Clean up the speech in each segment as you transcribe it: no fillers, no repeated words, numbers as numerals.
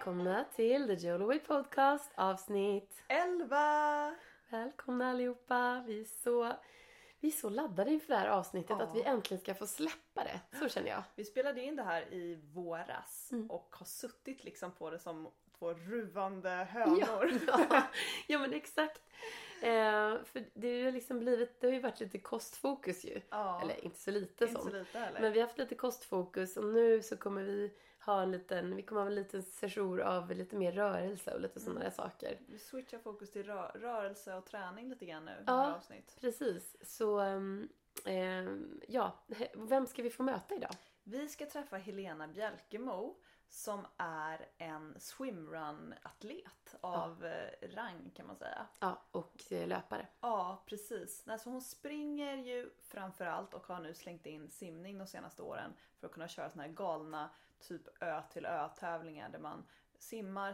välkomna till The Jolaway Podcast avsnitt 11! Välkomna allihopa. Vi är så laddade inför det här avsnittet att vi äntligen ska få släppa det. Så känner jag. Vi spelade in det här i våras och har suttit liksom på det som två ruvande hönor. Ja men exakt. För det har ju liksom det har ju varit lite kostfokus ju. Ja. Eller inte så lite Inte som. så lite heller. Men vi har haft lite kostfokus och nu så kommer vi ha en liten session av lite mer rörelse och lite sådana där saker. Vi switchar fokus till rörelse och träning lite grann nu i det här avsnitt. Precis. Så vem ska vi få möta idag? Vi ska träffa Helena Bjelkemo som är en swimrun-atlet av rang kan man säga. Ja, och löpare. Ja, precis. Alltså hon springer ju framförallt och har nu slängt in simning de senaste åren för att kunna köra såna här galna typ ö-till-ö-tävlingar där man simmar,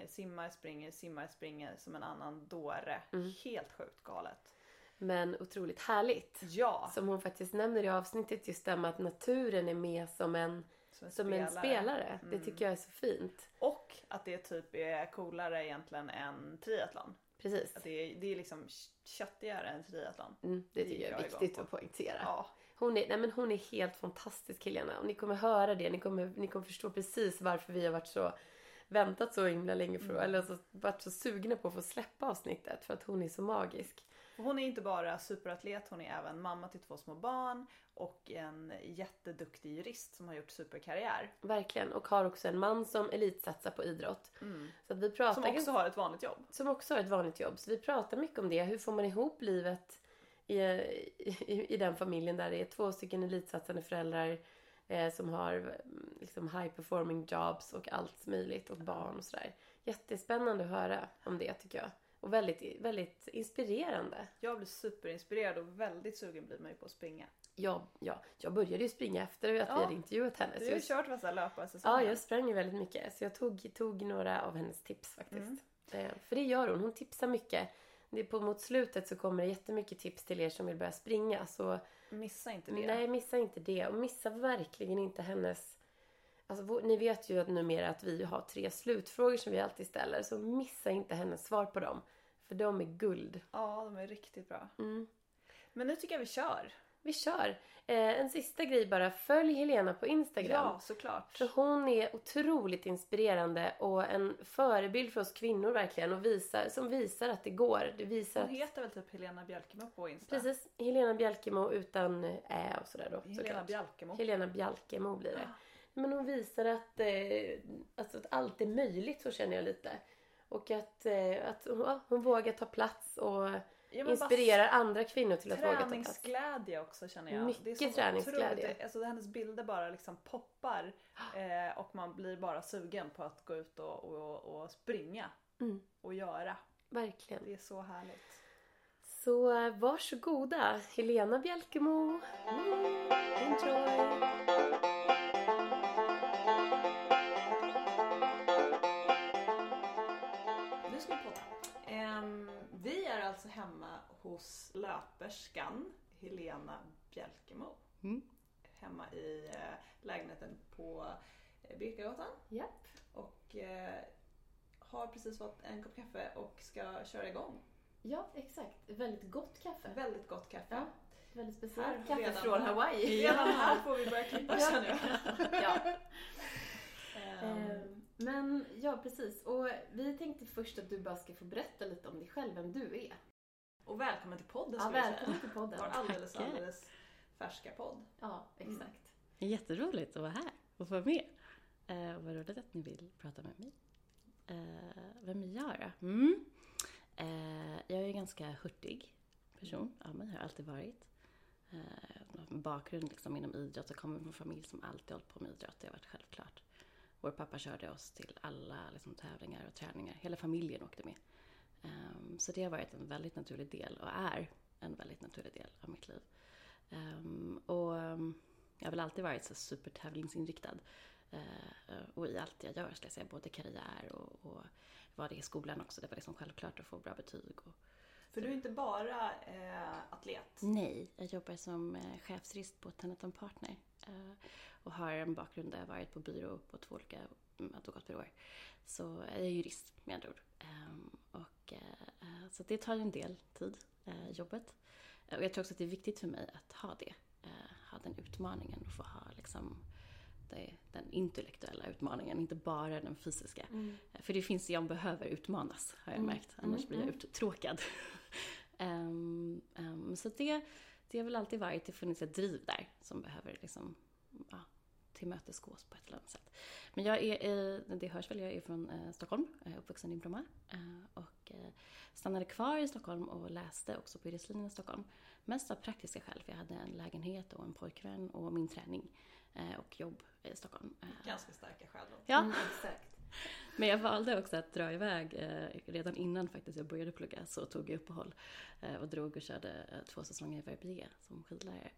springer som en annan dåre. Helt sjukt galet. Men otroligt härligt. Ja. Som hon faktiskt nämner i avsnittet just det med att naturen är med som en spelare. Det tycker jag är så fint. Och att det typ är coolare egentligen än triathlon. Precis. Att det är liksom köttigare än triathlon. Det tycker jag är viktigt att poängtera. Ja. Hon är helt fantastisk, Helena. Och ni kommer höra det. Ni kommer förstå precis varför vi har väntat så himla länge eller varit så sugna på att få släppa avsnittet. För att hon är så magisk. Hon är inte bara superatlet, hon är även mamma till 2 små barn och en jätteduktig jurist som har gjort superkarriär. Verkligen, och har också en man som elitsatsar på idrott. Så att vi pratar som också har ett vanligt jobb. Som också har ett vanligt jobb. Så vi pratar mycket om det. Hur får man ihop livet i den familjen där det är 2 stycken elitsatsande föräldrar som har liksom high performing jobs och allt möjligt och barn och sådär. Jättespännande att höra om det tycker jag. Och väldigt, väldigt inspirerande. Jag blir superinspirerad och väldigt sugen blir man ju på att springa. Ja, jag började ju springa efter att vi hade intervjuat henne. Du har ju kört vissa löparsäsonger. Ja, jag sprang ju väldigt mycket. Så jag tog några av hennes tips faktiskt. För det gör hon tipsar mycket. Mot slutet så kommer det jättemycket tips till er som vill börja springa. Så missa inte det. Nej, missa inte det. Och missa verkligen inte hennes... Alltså, ni vet ju att numera att vi har 3 slutfrågor som vi alltid ställer. Så missa inte hennes svar på dem. För de är guld. Ja, de är riktigt bra. Men nu tycker jag vi kör. Vi kör. En sista grej bara. Följ Helena på Instagram. Ja, såklart. För hon är otroligt inspirerande och en förebild för oss kvinnor verkligen. Och som visar att det går. Hon heter väl typ Helena Bjelkemo på Insta? Precis. Helena Bjelkemo utan och sådär då. Helena Bjelkemo. Helena Bjelkemo blir det. Men hon visar att allt är möjligt, så känner jag lite. Och att hon vågar ta plats och inspirerar andra kvinnor till att våga ta plats. Träningsglädje också känner jag. Mycket det är träningsglädje. Alltså hennes bilder bara liksom poppar och man blir bara sugen på att gå ut och springa och göra. Verkligen. Det är så härligt. Så varsågoda, Helena Bjelkemo. Enjoy! Vi är alltså hemma hos löperskan Helena Bjelkemo. Hemma i lägenheten på Birkagatan. Japp. Och har precis fått en kopp kaffe och ska köra igång. Ja, exakt. Väldigt gott kaffe. Väldigt gott kaffe. Ja, väldigt speciellt kaffe redan från Hawaii. Redan här får vi börja klippa känner jag. Ja. Men ja, precis. Och vi tänkte först att du bara ska få berätta lite om dig själv, vem du är. Och välkommen till podden. Ja, välkommen till podden. Vår alldeles färska podd. Ja, exakt. Jätteroligt att vara här och få vara med. Vad roligt att ni vill prata med mig. Vem är jag då? Jag är en ganska hurtig person. Ja, men jag har alltid varit. Bakgrund liksom inom idrott. Jag kommer från en familj som alltid hållit på med idrott. Det har varit självklart. Vår pappa körde oss till alla liksom, tävlingar och träningar. Hela familjen åkte med. Så det har varit en väldigt naturlig del och är en väldigt naturlig del av mitt liv. Och jag har väl alltid varit så supertävlingsinriktad. Och i allt jag gör, ska jag säga, både karriär och var det i skolan också. Det var liksom självklart att få bra betyg. För du är inte bara atlet? Nej, jag jobbar som chefsjurist på Tenneton Partner. Och har en bakgrund där jag varit på byrå på 2 olika advokatbyråer. Så jag är jurist med andra ord. Så det tar ju en del tid, jobbet. Och jag tror också att det är viktigt för mig att ha det. Ha den utmaningen och få ha liksom den intellektuella utmaningen, inte bara den fysiska. För det finns jag behöver utmanas, har jag märkt. Annars blir jag uttråkad. Så det har väl alltid varit, det funnits ett driv där som behöver liksom, tillmötesgås på ett eller annat sätt. Men det hörs väl, jag är från Stockholm, uppvuxen i Bromma. Och stannade kvar i Stockholm och läste också på juristlinjen i Stockholm. Mest av praktiska skäl, för jag hade en lägenhet och en pojkvän och min träning och jobb i Stockholm. Ganska starka skäl då. Ja, Exakt. men jag valde också att dra iväg redan innan faktiskt jag började plugga, så tog jag uppehåll och drog och körde 2 säsonger i Verbier som skidlärare.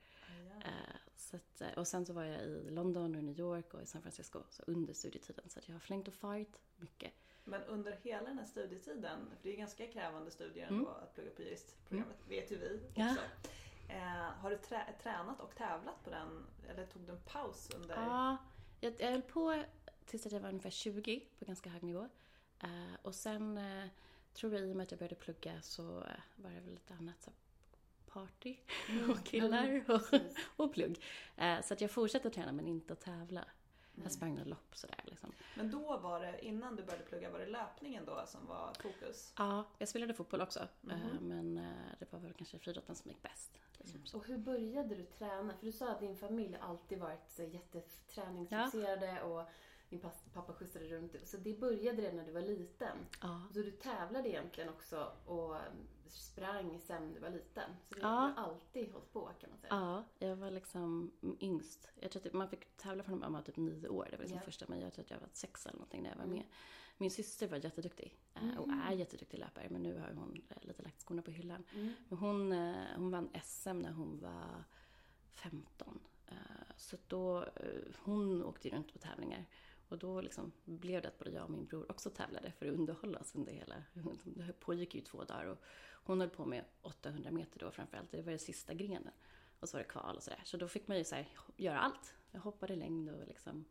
Och sen så var jag i London och i New York och i San Francisco så under studietiden, så att jag har flängt och farit mycket. Men under hela den här studietiden, för det är ganska krävande studier ändå att plugga på juristprogrammet, vet ju vi också. Ja. Har du tränat och tävlat på den, eller tog du en paus under? Ja, jag höll på tills att jag var ungefär 20 på ganska hög nivå. Och sen tror jag i och med att jag började plugga så var det väl lite annat, så party och killar och plugg. Så att jag fortsatte att träna men inte att tävla. Jag sprang några lopp sådär liksom. Men då var det, innan du började plugga, var det löpningen då som var fokus? Ja, jag spelade fotboll också. Men det var väl kanske friidrotten som gick bäst. Och hur började du träna? För du sa att din familj alltid varit så jätteträningsfixerade och din pappa skjutsade runt. Så det började redan när du var liten. Ja. Så du tävlade egentligen också och sprang sen du var liten. Så du har alltid hållit på, kan man säga. Ja, jag var liksom yngst. Jag tror att man fick tävla från när man var typ 9 år. Det var liksom första, men jag tror att jag var 6 eller någonting när jag var med. Min syster var jätteduktig och är jätteduktig löpare, men nu har hon lite lagt skorna på hyllan. Men hon vann SM när hon var 15. Så då, hon åkte runt på tävlingar. Och då liksom blev det att både jag och min bror också tävlade för att underhålla oss under hela. Det pågick ju 2 dagar och hon höll på med 800 meter då framförallt. Det var den sista grenen. Och så var det kval och sådär. Så då fick man ju så här, göra allt. Jag hoppade längd och liksom,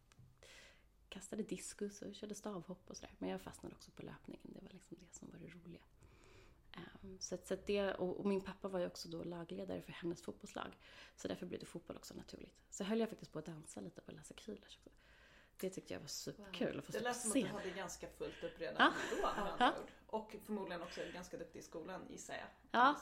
kastade diskus och körde stavhopp och sådär. Men jag fastnade också på löpningen. Det var liksom det som var det roliga. Så det, och min pappa var ju också då lagledare för hennes fotbollslag. Så därför blev det fotboll också naturligt. Så höll jag faktiskt på att dansa lite på Lasse Kühlers också. Det tyckte jag var superkul att få det stå på lät som att scen. du hade ganska fullt upp redan då, med andra ord. Och förmodligen också ganska duktig i skolan, gissar jag. Ja.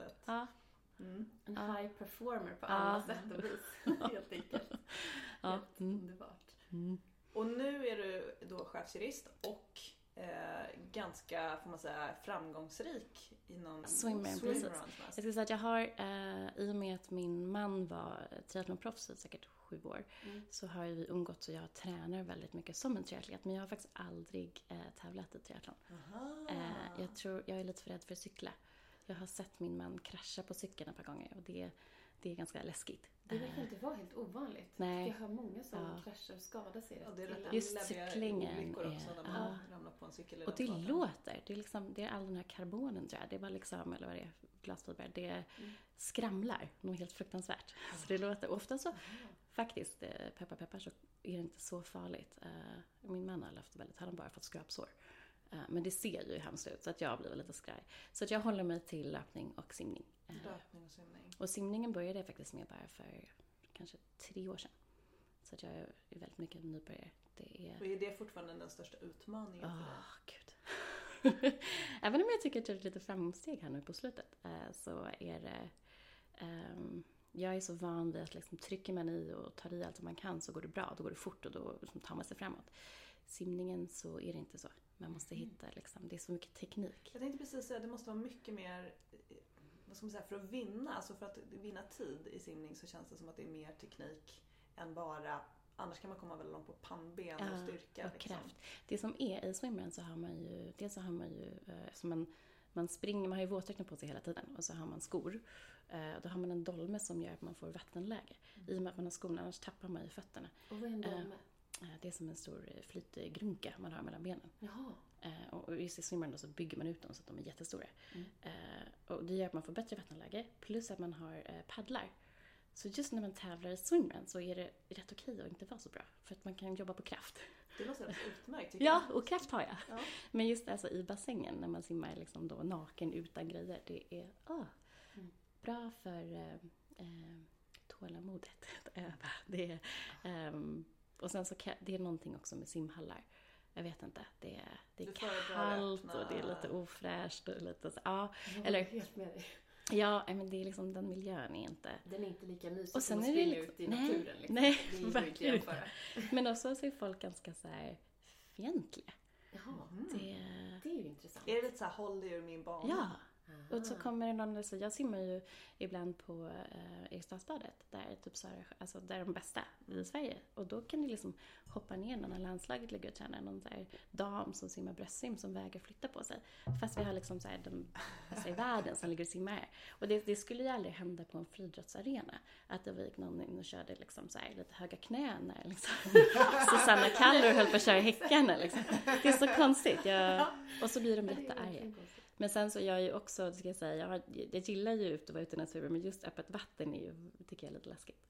En high performer på alla sätt och vis. Helt enkelt. Helt underbart. Och nu är du då chefsjurist och ganska, får man säga, framgångsrik inom swimrun. Jag ska säga att jag har, i och med att min man var triathlonproffs i säkert 7 år, så har vi umgått och jag tränar väldigt mycket som en triatlet, men jag har faktiskt aldrig tävlat i triathlon. Jag är lite för rädd för att cykla. Jag har sett min man krascha på cykeln ett par gånger och det är ganska läskigt. Det verkar inte vara helt ovanligt. Nej. Jag hör många som kraschar och skadar sig. Just cyklingen också när man ramlar på en cykel. Och det låter. Det är all den här karbonen, tror jag. Det var liksom, eller vad det är, glasfiber. Det skramlar. Något helt fruktansvärt. Så det låter. Och ofta så, faktiskt, peppar så är det inte så farligt. Min man har haft han har bara fått skrapsår. Men det ser ju hemskt ut, så att jag blir lite skraj. Så att jag håller mig till löpning och simning. Löpning och simning. Och simningen började jag faktiskt med bara för kanske 3 år sedan. Så att jag är väldigt mycket nybörjare. Och är det fortfarande den största utmaningen för dig? Gud. Även om jag tycker att jag är lite framsteg här nu på slutet, så är det... jag är så van vid att liksom trycker man i och tar i allt som man kan, så går det bra. Då går det fort och då liksom tar man sig framåt. Simningen så är det inte så. Man måste hitta, liksom, det är så mycket teknik. Jag tänkte precis säga, det måste vara mycket mer, vad ska man säga, för att vinna. Alltså för att vinna tid i simning så känns det som att det är mer teknik än bara, annars kan man komma väldigt långt på pannben och styrka. Och kraft. Det som är i swimrun så har man ju, dels så har man ju, som man springer, man har ju våtdräkten på sig hela tiden och så har man skor. Då har man en dolme som gör att man får vattenläge. I och med att man har skorna, annars tappar man ju fötterna. Och vad är en dolme? Det är som en stor flytgrunka man har mellan benen. Jaha. Och just i swimrun då så bygger man ut dem så att de är jättestora. Och det gör att man får bättre vattenläge. Plus att man har paddlar. Så just när man tävlar i swimrun så är det rätt okej att inte vara så bra. För att man kan jobba på kraft. Det låter alldeles utmärkt tycker jag. Ja, och kraft har jag. Ja. Men just alltså i bassängen när man simmar liksom då naken utan grejer. Det är bra för tålamodet att öva. Det är, och sen så det är någonting också med simhallar. Jag vet inte. Det är kallt och det är lite ofräscht och lite så. Ja, eller helt med dig. Ja, men det är liksom den miljön är inte. Den är inte lika mysig och sen som att är det springa ut i naturen. Liksom. Nej, det är ju verkligen inte inte. Men också så är folk ganska så här fientliga. Jaha, Det är ju intressant. Är det lite så här, håll dig ur min bana? Ja. Och så kommer det någon, så jag simmar ju ibland på Eriksdalsbadet där typ så här, alltså där de bästa i Sverige, och då kan det liksom hoppa ner när landslaget ligger och tränar, någon så här dam som simmar bröstsim som väger flytta på sig, fast vi har liksom så här de bästa i världen som ligger och simmar här. Och det skulle ju aldrig hända på en friidrottsarena att det var någon in och körde liksom så här lite höga knän när liksom Susanna Kallur höll på att köra häckarna liksom. Det är så konstigt. Och så blir de jättearga. Men sen så jag är ju också, ska jag säga, jag gillar ju att vara ute i naturen, men just öppet vatten är ju, tycker jag är lite läskigt.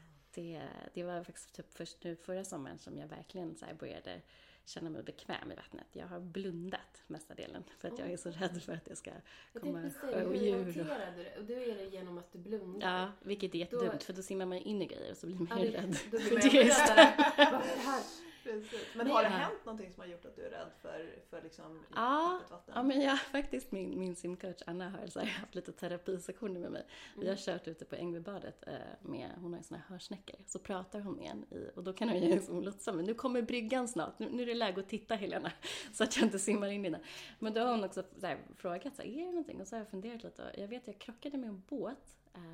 Det var faktiskt typ först nu förra sommaren som jag verkligen så här började känna mig bekväm i vattnet. Jag har blundat mesta delen för att jag är så rädd för att det ska komma sjödjur. Hur hanterar du det? Och då är det genom att du blundar. Ja, vilket är jättedumt, för då simmar man in i grejer och så blir man ju rädd. Då blir man ju rädd. Vad är det här? Precis. Men har det hänt någonting som har gjort att du är rädd för liksom öppet vatten? Ja, men faktiskt min simcoach Anna har så här haft lite terapisektioner med mig. Vi har kört ute på Ängbybadet med, hon har ju såna här hörsnäckor. Så pratar hon med en och då kan hon ju liksom lotsa, men nu kommer bryggan snart. Nu är det läge att titta, Helena, så att jag inte simmar in i den. Men då har hon också så här frågat, så här, är det någonting? Och så har jag funderat lite. Jag vet, jag krockade med en båt.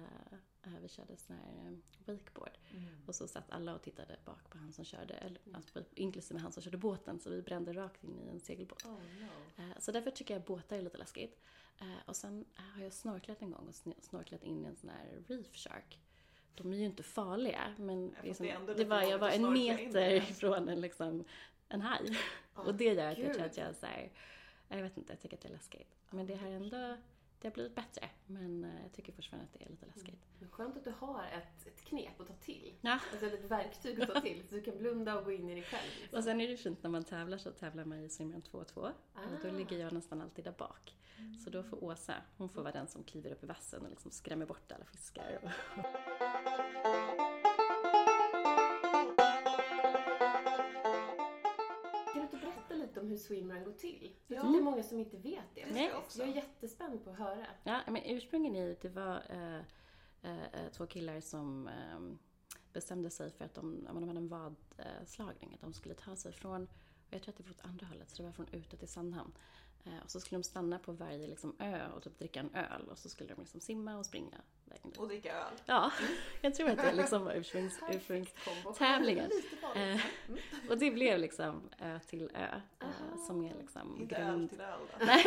Vi körde sån här wakeboard. Och så satt alla och tittade bak på han som körde, alltså, inklusive han som körde båten, så vi brände rakt in i en segelbåt. Oh, no. Så därför tycker jag båtar är lite läskigt. Och sen har jag snorklat en gång och snorklat in i en sån här reef shark. De är ju inte farliga, men liksom, jag var en meter ifrån en haj. Och det gör att jag tror att jag så här, jag vet inte, jag tycker att det är läskigt. Men det har ändå, det har blivit bättre, men jag tycker fortfarande att det är lite läskigt. Men skönt att du har ett knep att ta till. Ja. Alltså ett verktyg att ta till, så du kan blunda och gå in i dig själv. Liksom. Och sen är det fint när man tävlar, så tävlar man i swimrun 2-2. Och då ligger jag nästan alltid där bak. Så då får Åsa, hon får vara den som kliver upp i vassen och liksom skrämmer bort alla fiskar. Kan du inte berätta lite om hur swimrun går till? Jag Ja. tror det är många som inte vet det. Nej. Jag är jättespänd på att höra. Ja, men ursprungligen är det var två killar som bestämde sig för att de hade en vadslagning, att de skulle ta sig från, jag tror att det var åt andra hållet, så det var från Ute till Sandhamn. Och så skulle de stanna på varje liksom ö och typ dricka en öl, och så skulle de liksom simma och springa. Och dricka öl. Ja, jag tror att det liksom var ursprungstävlingen. Och det blev liksom ö till ö, som är liksom Inte grund... öl till öl då. Nej.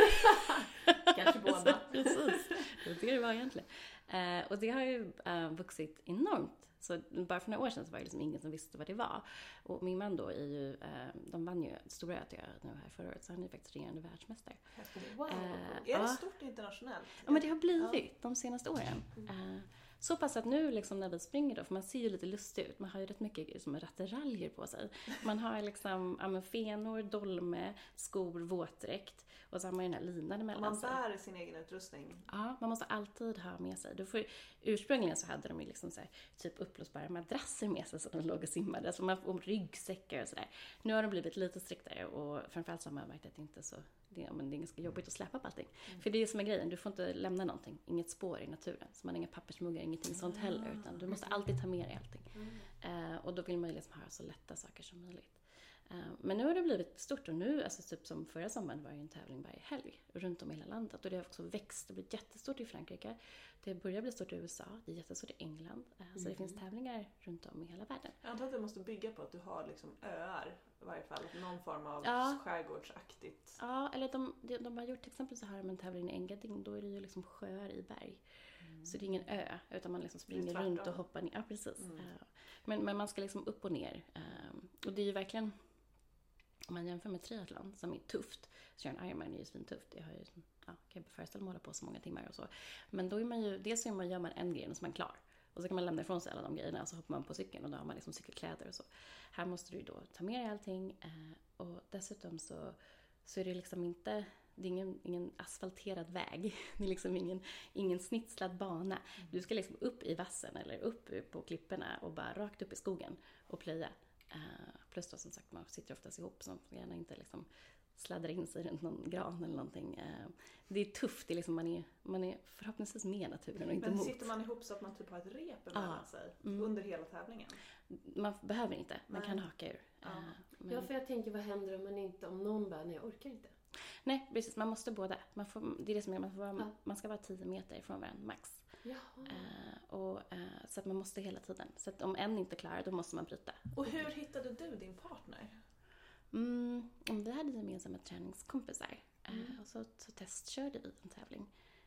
Kanske båda. Precis, det var egentligen. Och det har ju vuxit enormt. Så bara för några år sedan så var det liksom ingen som visste vad det var. Och min man då är ju, de vann ju Stora Ötö nu här förra året, så han är ju faktiskt regerande världsmästare. Wow. Är det stort internationellt? Ja, men det har blivit de senaste åren. Så pass att nu liksom när vi springer då, för man ser ju lite lustig ut, man har ju rätt mycket som ratteraljer på sig. Man har liksom fenor, dolme, skor, våtdräkt, och så har man ju den här linan emellan sig. Man bär sin egen utrustning. Ja, man måste alltid ha med sig. Ursprungligen så hade de ju liksom så här, typ uppblåsbara madrasser med sig så de låg och simmade. Alltså man får ryggsäckar och sådär. Nu har de blivit lite striktare, och framförallt så har man märkt att det inte är så, det är ganska jobbigt att släppa på allting. För det är som är grejen, du får inte lämna någonting, inget spår i naturen. Så man har inga pappersmuggar, ingenting sånt heller, utan du måste alltid ta med dig allting. Och då vill man ju liksom ha så lätta saker som möjligt. Men nu har det blivit stort, och nu, alltså typ som förra sommaren, var det en tävling varje helg runt om i hela landet, och det har också växt. Det blir jättestort i Frankrike, det börjar bli stort i USA, det är jättestort i England, så det finns tävlingar runt om i hela världen. Jag antar att det måste bygga på att du har liksom öar i varje fall, någon form av skärgårdsaktigt. Ja, eller de har gjort, till exempel så har de en tävling i Engadin, då är det ju liksom sjöar i berg. Så det är ingen ö, utan man liksom springer runt och hoppar ner. Ja, precis. Men man ska liksom upp och ner. Och det är ju verkligen, om man jämför med triathlon som är tufft, så gör en Ironman är ju svintufft. Jag har ju, kan jag föreställa mig hålla på så många timmar och så. Men då är man ju, dels gör man en grej och så är man klar. Och så kan man lämna ifrån sig alla de grejerna och så hoppar man på cykeln och då har man liksom cykelkläder och så. Här måste du då ta med dig allting och dessutom så är det liksom inte, det är ingen asfalterad väg. Det är liksom ingen snitslad bana. Du ska liksom upp i vassen eller upp på klipporna och bara rakt upp i skogen och plöja. Plus då som sagt, man sitter oftast ihop så man får gärna inte liksom sladdra in sig runt någon gran eller någonting. Det är tufft, det är liksom, man är förhoppningsvis med naturen och inte men mot. sitter man ihop så att man typ har ett rep emellan sig under hela tävlingen? Man behöver inte, man kan haka ur. Ja, för jag tänker, vad händer om någon bara, nej jag orkar inte? Nej, precis, man måste båda. Det är det som är, man ska vara 10 meter ifrån varandra, max. Så att man måste hela tiden. Så att om en inte klarar, då måste man bryta. Och hur hittade du din partner? Vi hade gemensamma träningskompisar. Och så testkörde vi en tävling.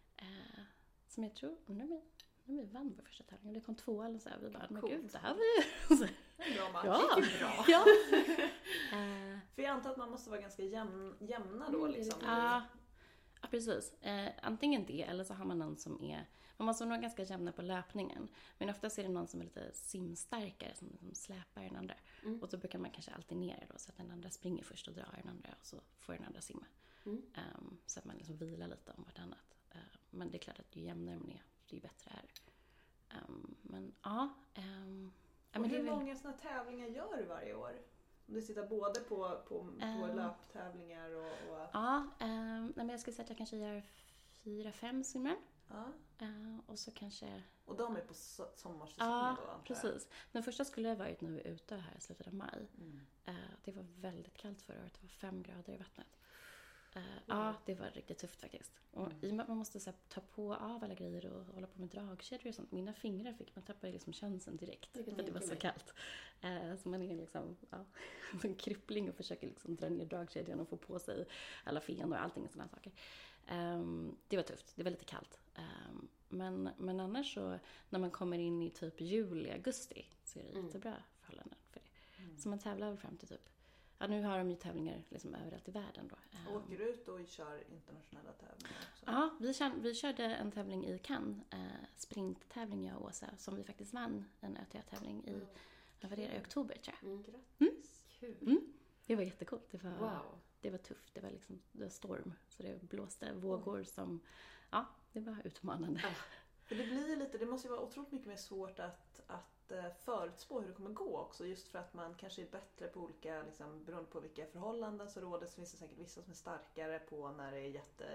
Som jag tror, när vi vann vår första tävling. Och det kom 2 eller så här. Vi bara, men gud, det här var ju... Bra match. Ja. Det är bra. Ja. För jag antar att man måste vara ganska jämna då liksom. Ja, precis. Antingen det eller så har man någon som är... Man måste vara ganska jämna på löpningen. Men oftast är det någon som är lite simstarkare som släpar den andra. Och då brukar man kanske alternera då. Så att den andra springer först och drar den andra. Och så får den andra simma. Så att man liksom vilar lite om vartannat. Men det är klart att ju jämnare man är, ju bättre är det. Men ja... och hur många sådana tävlingar gör du varje år? Om du sitter både på löptävlingar och... Ja, men jag skulle säga att jag kanske gör 4-5 swimrun. Och så kanske... Och de är på sommarsäsongen då, antar jag? Precis. Den första skulle ha varit nu ute här i slutet av maj. Det var väldigt kallt förra året. Det var 5 grader i vattnet. Ja, det var riktigt tufft faktiskt. Och i och med att man måste så här, ta på av alla grejer och hålla på med dragkedjor och sånt. Mina fingrar man tappade liksom känseln direkt. För att det var så kallt. Så man är liksom en kryppling och försöker liksom dra ner dragkedjan och få på sig alla fenor och allting och sådana saker. Det var tufft. Det var lite kallt. Men annars så när man kommer in i typ juli, augusti så är det jättebra förhållanden för det. Så man tävlar väl fram till typ. Ja, nu har de ju tävlingar liksom överallt i världen då. Åker du ut och kör internationella tävlingar också? Ja, vi körde en tävling i Cannes. Sprinttävling jag och Åsa. Som vi faktiskt vann en ÖTA-tävling i, i oktober tror jag. Grattis! Kul! Det var jättekult. Wow! Det var tufft. Det var storm. Så det blåste vågor som... Ja, det var utmanande. För det blir lite, det måste ju vara otroligt mycket mer svårt att förutspå hur det kommer gå också. Just för att man kanske är bättre på olika, liksom, beroende på vilka förhållanden så råder. Så finns det säkert vissa som är starkare på när det är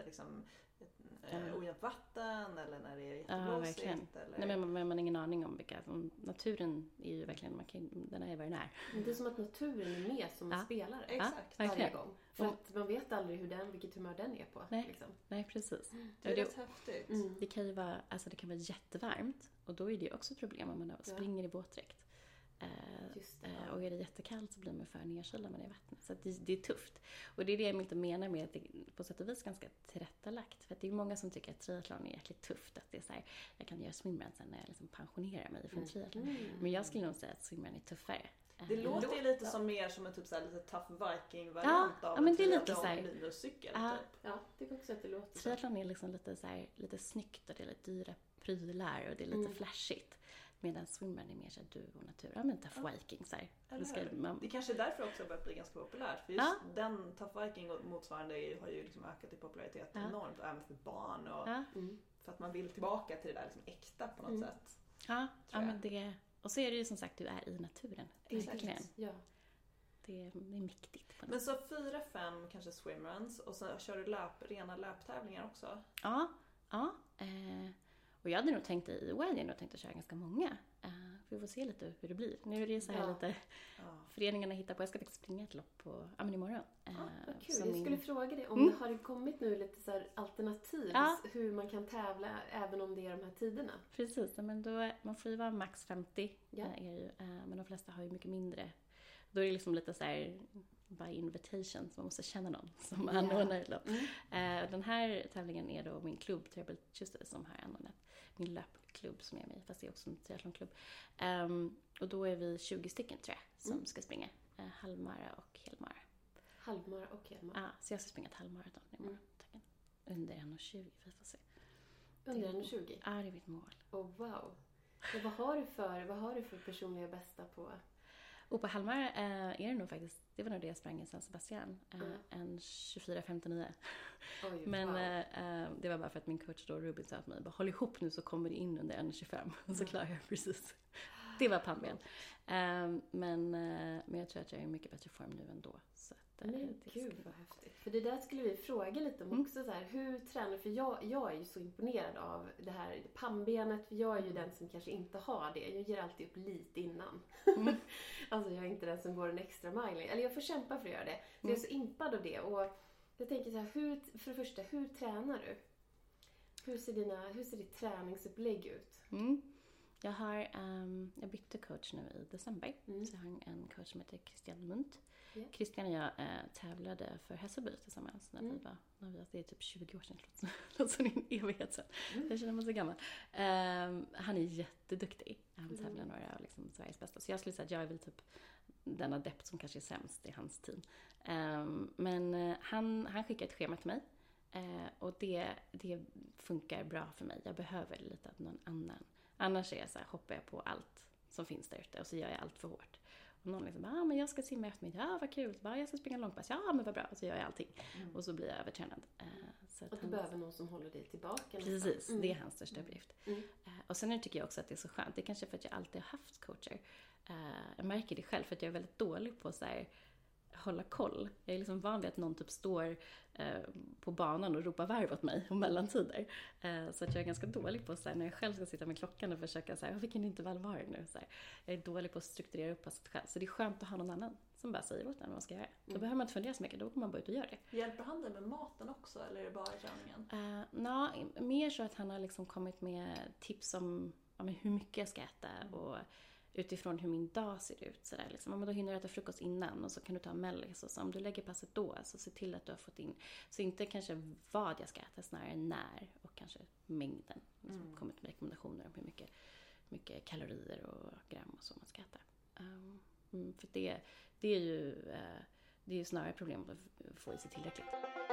ojämnt vatten eller när det är jätteblåsigt. Verkligen. Eller... Nej, men man har ingen aning om vilka. Naturen är ju verkligen, den är vad den är. Det är som att naturen är med som spelare. Exakt. Varje gång. För att man vet aldrig vilket humör den är på. Nej, precis. Det är rätt häftigt. Det kan ju vara, det kan vara jättevarmt. Och då är det ju också ett problem om man springer i våtdräkt. Och är det jättekallt så blir man för nedkyld när man är i vattnet. Så det är tufft. Och det är det jag inte menar med att det på sätt och vis ganska tillrättalagt. För att det är många som tycker att triathlon är jäkligt tufft. Att det är så här, jag kan göra swimrun sen när jag liksom pensionerar mig från triathlon. Men jag skulle nog säga att swimrun är tuffare. Det låter ju lite som mer som en typ så här, lite tough viking-variant av men det är lite så här, minuscykel. Typ. Ja, det är också att det låter. Triathlon är liksom lite snyggt och det är lite dyra prylar och det är lite flashigt. Medan swimrun är mer så du och natur. Ja, men tough viking så här. Det kanske är därför också har börjat bli ganska populärt. För just den tough viking och motsvarande har ju liksom ökat i popularitet enormt. Även för barn. Och för att man vill tillbaka till det där liksom äkta på något sätt. Ja, men det... Och så är det ju som sagt, du är i naturen. Verkligen. Ja. Det är mäktigt. Men så 4-5 kanske swimruns och så kör du rena löptävlingar också? Ja. Och jag hade nog tänkt i år, att köra ganska många. Vi får se lite hur det blir. Nu är det så här lite föreningarna hittar på. Jag ska faktiskt springa ett lopp på imorgon. Vad kul. Jag skulle fråga dig om det har kommit nu lite så här alternativ hur man kan tävla även om det är de här tiderna. Precis, men då, man får ju vara max 50 men de flesta har ju mycket mindre. Då är det liksom lite så här by invitation, så man måste känna någon som anordnar ett lopp. Den här tävlingen är då min klubb Terrible Tuesday som har anordnat. Min löpklubb som är med, fast det är också en triathlonklubb. Och då är vi 20 stycken tror jag som ska springa halvmara och helmara. Halvmara och helmara? Ja, så jag ska springa ett halvmaraton imorgon. Under 1,20, vi får se. Under 1,20? Ja, det är mitt mål. Oh, wow. Men vad har du för personliga bästa på? Och på halvmara är det nog faktiskt, det var nog det jag sprang i San Sebastian. En 24:59. Oj, Men wow. det var bara för att min coach då, Ruben, sa till mig, bara håll ihop nu så kommer det in under 1:25. Så klarar jag precis. Det var pannben. Men jag tror att jag är i mycket bättre form nu ändå. Så att, Men gud vad häftigt. För det där skulle vi fråga lite om också. Så här, hur tränar du? För jag är ju så imponerad av det här pannbenet. För jag är ju den som kanske inte har det. Jag ger alltid upp lite innan. Alltså jag är inte den som går en extra mile. Eller jag får kämpa för att göra det. Så jag är så impad av det. Och jag tänker så här, för det första, hur tränar du? Hur ser ditt träningsupplägg ut? Jag bytte coach nu i december. Så jag har en coach som heter Christian Munt. Yeah. Christian och jag tävlade för Hässelby tillsammans när vi var, det är typ 20 år sedan, låter som en evighet sedan. Jag känner mig så gammal. Han är jätteduktig. Han tävlar några av liksom Sveriges bästa. Så jag skulle säga att jag är väl typ den adept som kanske är sämst i hans team. Men han skickar ett schema till mig. Och det funkar bra för mig. Jag behöver lite av någon annan. Annars är jag så här, hoppar jag på allt som finns där ute och så gör jag allt för hårt. Och någon liksom, men jag ska simma efter mig. Ja, vad kul. Jag ska springa långpass. Ja, men vad bra. Och så gör jag allting. Och så blir jag övertränad. Så att du behöver någon som håller dig tillbaka. Precis, det är hans största uppgift. Och sen tycker jag också att det är så skönt. Det är kanske för att jag alltid har haft coacher. Jag märker det själv för att jag är väldigt dålig på så här, hålla koll. Jag är liksom van vid att någon typ står på banan och ropar varv åt mig om mellantider. Så att jag är ganska dålig på så här, när jag själv ska sitta med klockan och försöka så här, vilken intervall var det nu? Så här, jag är dålig på att strukturera upp passet själv. Så det är skönt att ha någon annan som bara säger åt en vad man ska göra. Då behöver man inte fundera så mycket, då går man bara ut och gör det. Hjälper han dig med maten också eller är det bara träningen? Mer så att han har liksom kommit med tips om hur mycket jag ska äta och utifrån hur min dag ser ut. Så där, liksom. Då hinner du äta frukost innan och så kan du ta mellis. Och så om du lägger passet då, så se till att du har fått in. Så inte kanske vad jag ska äta, snarare när och kanske mängden. Liksom, kommit med rekommendationer om hur mycket kalorier och gram och så man ska äta. För det är ju snarare problem att få i sig tillräckligt.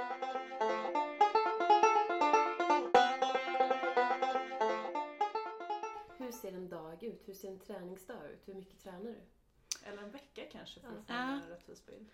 Hur ser en dag ut? Hur ser en träningsdag ut? Hur mycket tränar du? Eller en vecka kanske för att få en rättvis bild.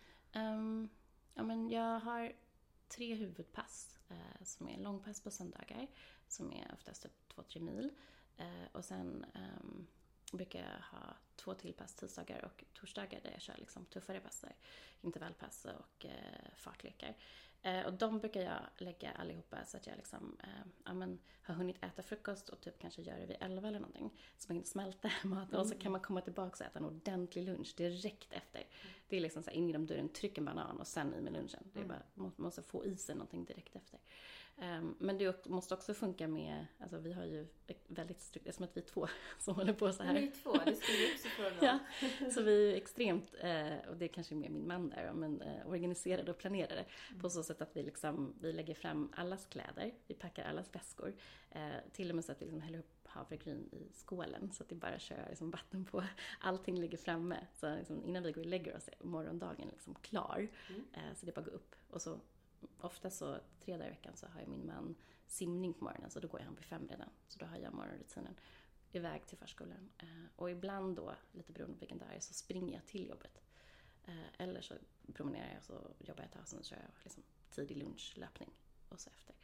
Men jag har 3 huvudpass som är långpass på söndagar som är oftast typ 2-3 mil. Och sen brukar jag ha 2 tillpass tisdagar och torsdagar där jag kör liksom tuffare passer, intervallpass och fartlekar. Och de brukar jag lägga allihopa så att jag liksom, har hunnit äta frukost och typ kanske gör det vid 11 eller någonting. Så man kan smälta maten och så kan man komma tillbaka och äta en ordentlig lunch direkt efter. Det är liksom så här, in genom dörren, tryck en banan och sen i med lunchen. Det är bara, man måste få i sig någonting direkt efter. Men det måste också funka med, alltså vi har ju väldigt strikt, det är som att vi är 2 som håller på så här. Vi är 2, det skulle vi också fråga om. Ja, så vi är extremt, och det är kanske mer min man där, men organiserade och planerade på så sätt att vi lägger fram allas kläder, vi packar allas väskor, till och med så att vi liksom häller upp havregryn i skålen så att det bara kör liksom vatten på, allting ligger framme, så liksom innan vi går och lägger oss är morgondagen liksom klar, så det bara går upp och så ofta så 3 dagar i veckan så har jag min man simning på morgonen, så då går jag han vid 5 redan. Så då har jag morgonrutinen iväg till förskolan. Och ibland då, lite beroende på vilken dag det är, så springer jag till jobbet. Eller så promenerar jag, så jobbar jag ett tag, sen så kör jag liksom tidig lunchlöpning och så efter.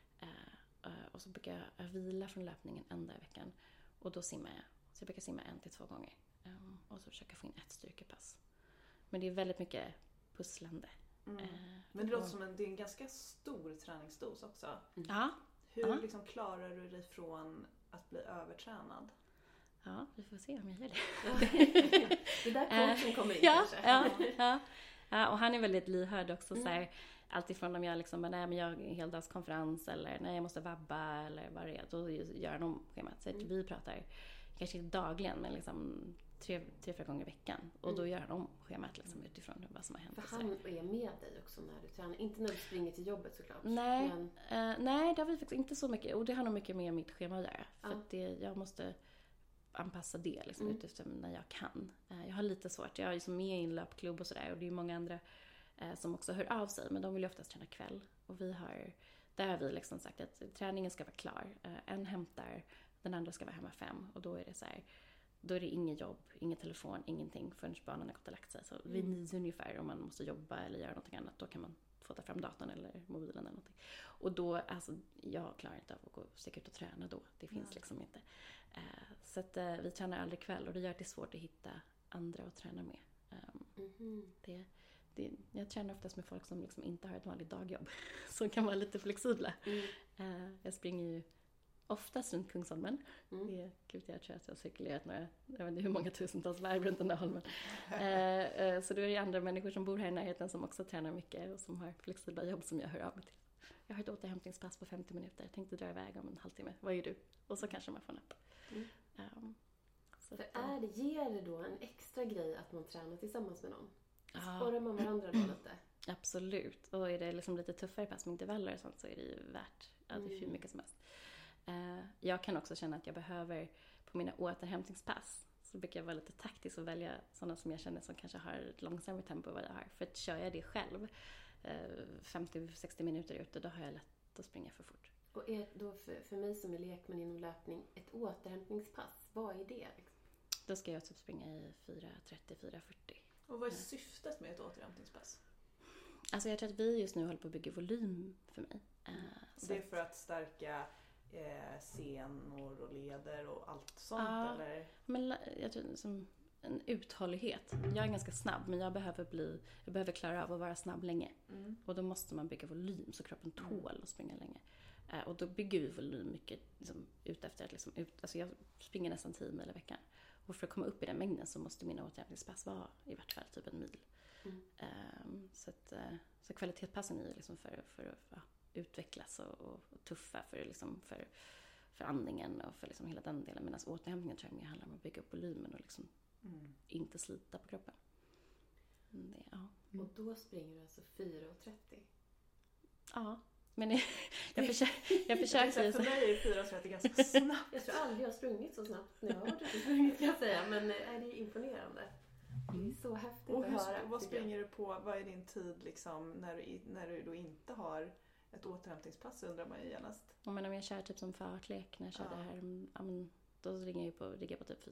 Och så brukar jag vila från löpningen en dag i veckan. Och då simmar jag. Så jag brukar simma 1-2 gånger. Och så försöker jag få in ett styrkepass. Men det är väldigt mycket pusslande. Men det låter som det är en ganska stor träningsdos också. Ja. Hur liksom klarar du dig från att bli övertränad? Ja, vi får se om jag gör det. Det där coachen kommer in kanske. Ja, och han är väldigt lyhörd också. Så här, alltifrån om jag liksom, nej men jag har en heldagskonferens eller nej jag måste vabba eller vad det är. Då gör han om schemat. Så vi pratar kanske inte dagligen men liksom 3-4 gånger i veckan. Och då gör han om schemat liksom, utifrån vad som har hänt. För han är med dig också när du tränar. Inte när du springer till jobbet såklart. Nej, nej det har vi faktiskt inte så mycket. Och det har nog mycket med mitt schema att göra. För att jag måste anpassa det liksom, utifrån när jag kan. Jag har lite svårt. Jag är liksom med i en löpklubb och sådär. Och det är många andra som också hör av sig. Men de vill ju oftast träna kväll. Och där har vi liksom sagt att träningen ska vara klar. En hämtar den andra ska vara hemma 5 och då är det så här, då är det inget jobb, ingen telefon, ingenting förrän barnen har gått och lagt sig. Så vid 9 ungefär, om man måste jobba eller göra någonting annat, då kan man få ta fram datorn eller mobilen eller någonting. Och då, alltså, jag klarar inte av att gå och sticka ut och träna då. Det finns liksom inte. Så att vi tränar aldrig kväll och det gör att det är svårt att hitta andra att träna med. Jag tränar oftast med folk som liksom inte har ett vanligt dagjobb. Som kan vara lite flexibla. Jag springer ju oftast runt Kungsholmen. Jag tror att jag har cirkulerat jag vet inte hur många tusentals varv runt den där holmen. Så då är det andra människor som bor här i närheten som också tränar mycket och som har flexibla jobb som jag hör av mig till. Jag har ett återhämtningspass på 50 minuter. Jag tänkte dra iväg om en halvtimme. Vad gör du? Och så kanske man får napp. Ger det då en extra grej att man tränar tillsammans med någon? Spårar man varandra då lite? Absolut. Och är det liksom lite tuffare pass med intervaller och sånt så är det ju värt det är hur mycket som helst. Jag kan också känna att jag behöver på mina återhämtningspass så brukar jag vara lite taktisk och välja sådana som jag känner som kanske har ett långsammare tempo än vad jag har. För att kör jag det själv 50-60 minuter ute, då har jag lätt att springa för fort. Och är då för mig som är lekman inom löpning ett återhämtningspass, vad är det? Då ska jag typ springa i 4:30-4:40. Och vad är syftet med ett återhämtningspass? Alltså jag tror att vi just nu håller på att bygga volym för mig. Det är för att stärka senor och leder och allt sånt eller? Men jag tror som en uthållighet. Jag är ganska snabb men jag behöver klara av att vara snabb länge. Och då måste man bygga volym så kroppen tål att springa länge. Och då bygger vi volym mycket liksom, ut efter att alltså jag springer nästan 10 mil i veckan. Och för att komma upp i den mängden så måste mina återhämtningspass vara i vart fall typ 1 mil. Så kvalitetspassen är ju liksom för att utvecklas och tuffa för andningen och för liksom hela den delen. Medan återhämtningen tror jag mer handlar om att bygga upp volymen och liksom inte slita på kroppen. Och då springer du alltså 4:30? Ja, men jag försöker för mig är 4:30 ganska snabbt. Jag tror aldrig jag har sprungit så snabbt när jag har varit ute och sprungit kan jag säga. Men det är imponerande. Det är så häftigt att höra. Vad springer du på? Vad är din tid liksom, när du då inte har ett återhämtningspass undrar man ju genast. Men om jag kör typ som fartlek när jag kör det här, då ligger jag på typ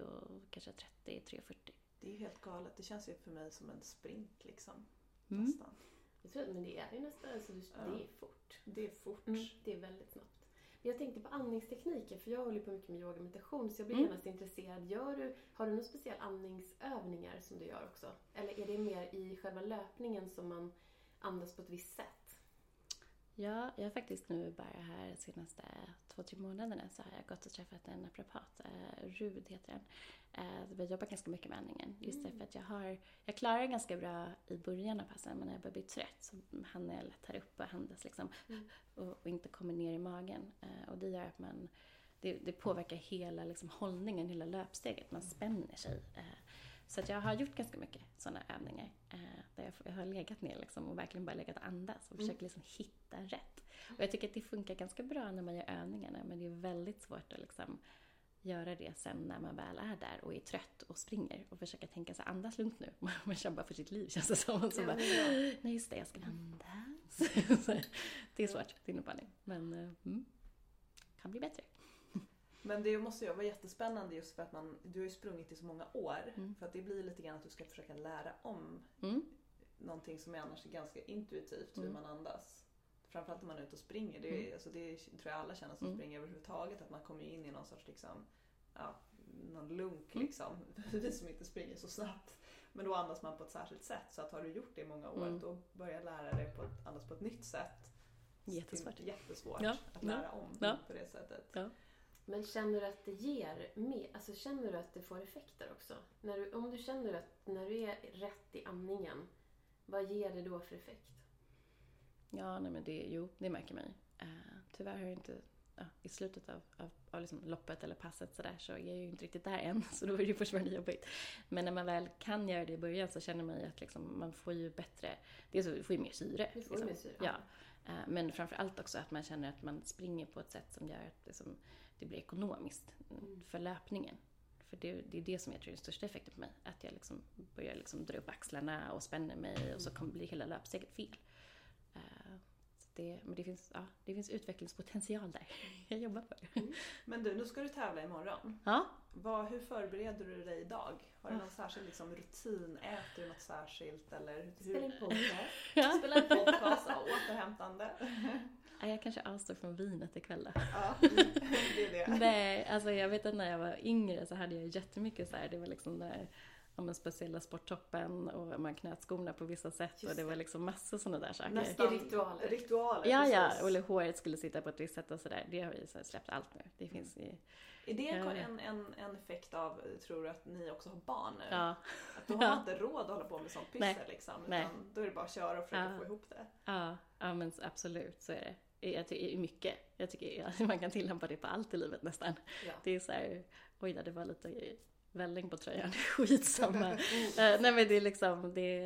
3:30-3:40. Det är ju helt galet. Det känns ju för mig som en sprint liksom. Nästan. Jag tror, men det är ju nästan, alltså, det är fort. Det är fort. Det är väldigt snabbt. Men jag tänkte på andningstekniken, för jag håller på mycket med yoga och meditation, så jag blir genast intresserad. Har du några speciella andningsövningar som du gör också? Eller är det mer i själva löpningen som man andas på ett visst sätt? Ja, jag har faktiskt nu bara här de senaste 2-3 månaderna så har jag gått och träffat en naprapat, Rud heter den. Vi jobbar ganska mycket med andningen. Just därför att jag klarar ganska bra i början av passen, men när jag börjar bli trött så hamnar jag lätt här uppe och andas liksom, och inte kommer ner i magen. Och det gör att det påverkar hela liksom, hållningen, hela löpsteget. Man spänner sig. Så att jag har gjort ganska mycket sådana övningar där jag har legat ner liksom, och verkligen bara legat och andas och försöker liksom, hitta rätt. Och jag tycker att det funkar ganska bra när man gör övningarna, men det är väldigt svårt att liksom, göra det sen när man väl är där och är trött och springer och försöka tänka sig andas lugnt nu. Man kör bara för sitt liv känns det som. Så bara, nej just det, jag ska andas. Det är svårt, det är nog panik. Men kan bli bättre. Men det måste ju vara jättespännande just för att du har ju sprungit i så många år. För att det blir lite grann att du ska försöka lära om någonting som är annars ganska intuitivt, hur man andas. Framförallt när man är ute och springer. Det tror jag alla känner som springer överhuvudtaget. Att man kommer in i någon sorts liksom, någon lunk liksom. Vi som inte springer så snabbt. Men då andas man på ett särskilt sätt. Så att har du gjort det i många år, då börjar jag lära dig att andas på ett nytt sätt. Jättesvårt att lära om på det sättet. Ja. Men känner du att det ger mer? Alltså känner du att det får effekter också? Om du känner att när du är rätt i andningen, vad ger det då för effekt? Ja, nej men det märker man ju. Tyvärr har jag inte, i slutet av liksom loppet eller passet så är jag ju inte riktigt där än. Så då är det ju fortfarande jobbigt. Men när man väl kan göra det i början så känner man ju att liksom, man får ju bättre, du får ju mer syre. Du får mer syre. Ja. Men framförallt också att man känner att man springer på ett sätt som gör att liksom, det blir ekonomiskt för löpningen. För det är det som jag tror är den största effekten på mig. Att jag liksom börjar liksom dra upp axlarna och spänner mig och så blir hela löpsteget fel. men det finns utvecklingspotential där. Jag jobbar på det. Men du, nu ska du tävla imorgon. Ja. Hur förbereder du dig idag? Har du någon särskild liksom, rutin? Äter du något särskilt? Eller Spela en podcast. Spela en podcast och återhämtande. Jag kanske avstår från vinet ikväll då. Ja, det är det. Nej, alltså jag vet att när jag var yngre så hade jag jättemycket så här, det var liksom där om en speciella sporttoppen och man knöt skorna på vissa sätt och det var liksom massor sådana där saker. Nästan ritualer. Ja, eller håret skulle sitta på ett visst sätt och sådär. Det har vi så släppt allt nu. Det finns Är det en effekt av, tror du, att ni också har barn nu? Ja. Att då har man inte råd att hålla på med sånt pyssel liksom. Nej. Utan då är det bara att köra och försöka få ihop det. Ja, men absolut så är det. Jag tycker mycket. Jag tycker att man kan tillämpa det på allt i livet nästan. Ja. Det är så här, oj det var lite välling på tröjan, skitsamma. Nej men det är liksom,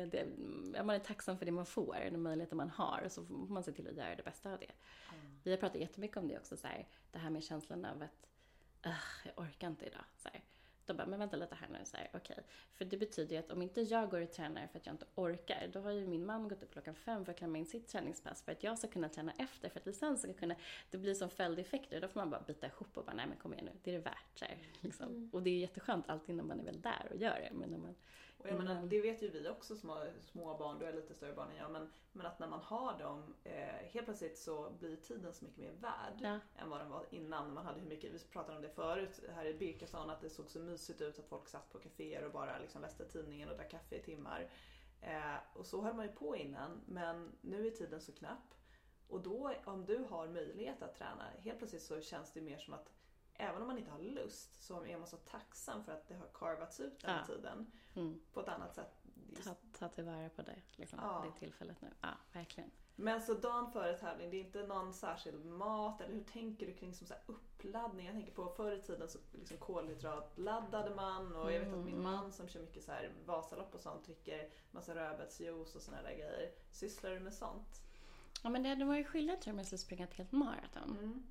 man är tacksam för det man får, den möjligheten man har, och så får man se till att göra det bästa av det. Vi har pratat jättemycket om det också, så här, det här med känslan av att jag orkar inte idag. Så här. Då bara, men vänta lite här nu, så här, okej. För det betyder ju att om inte jag går och tränar för att jag inte orkar, då har ju min man gått upp 5:00 för att klämma in sitt träningspass för att jag ska kunna träna efter, för att vi sen ska kunna, det blir som följdeffekter. Då får man bara bita ihop och bara, nej men kom igen nu, det är det värt. Så här, liksom. Och det är jätteskönt alltid när man är väl där och gör det. Men när man, och jag menar, det vet ju vi också som har små barn, du är lite större barn än jag, men att när man har dem, helt plötsligt så blir tiden så mycket mer värd än vad den var innan. Man hade hur mycket, vi pratade om det förut här i Birkastan, att det såg så mysigt ut att folk satt på kaféer och bara liksom läste tidningen och drack kaffe i timmar. Och så höll man ju på innan, men nu är tiden så knapp. Och då, om du har möjlighet att träna, helt plötsligt så känns det mer som att även om man inte har lust, så är man så tacksam för att det har carvats ut den tiden på ett annat sätt. Ta tillvara på det, liksom, det tillfället nu. Ja, verkligen. Men så dagen före tävling, det är inte någon särskild mat, eller hur tänker du kring som så här uppladdning? Jag tänker på förr i tiden så liksom kolhydratladdade man, och jag vet att min man som kör mycket så här Vasalopp och sånt dricker massa rödbetsjuice och såna där grejer. Sysslar du med sånt? Ja, men det var ju skillnad, tror jag, om jag skulle springa ett helt maraton.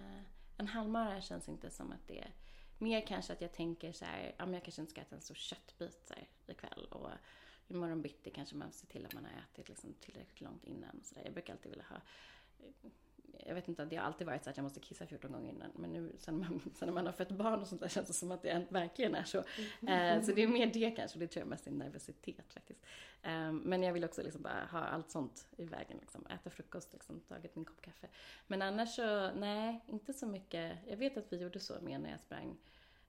En halvmara känns inte som att det är mer kanske att jag tänker så här, ja men jag kanske inte ska äta en stor köttbit så här ikväll, och imorgon bitti kanske man ser till att man har ätit liksom tillräckligt långt innan. Så där. Jag brukar alltid vilja ha, jag vet inte, det har alltid varit så att jag måste kissa 14 gånger innan, men nu sen när man har fött barn och sånt där känns det som att det verkligen är så. Så det är mer det kanske, det tror jag mest är nervositet faktiskt. Men jag vill också liksom bara ha allt sånt i vägen, liksom. Äta frukost, liksom, tagit min kopp kaffe. Men annars så, nej, inte så mycket. Jag vet att vi gjorde så med när jag sprang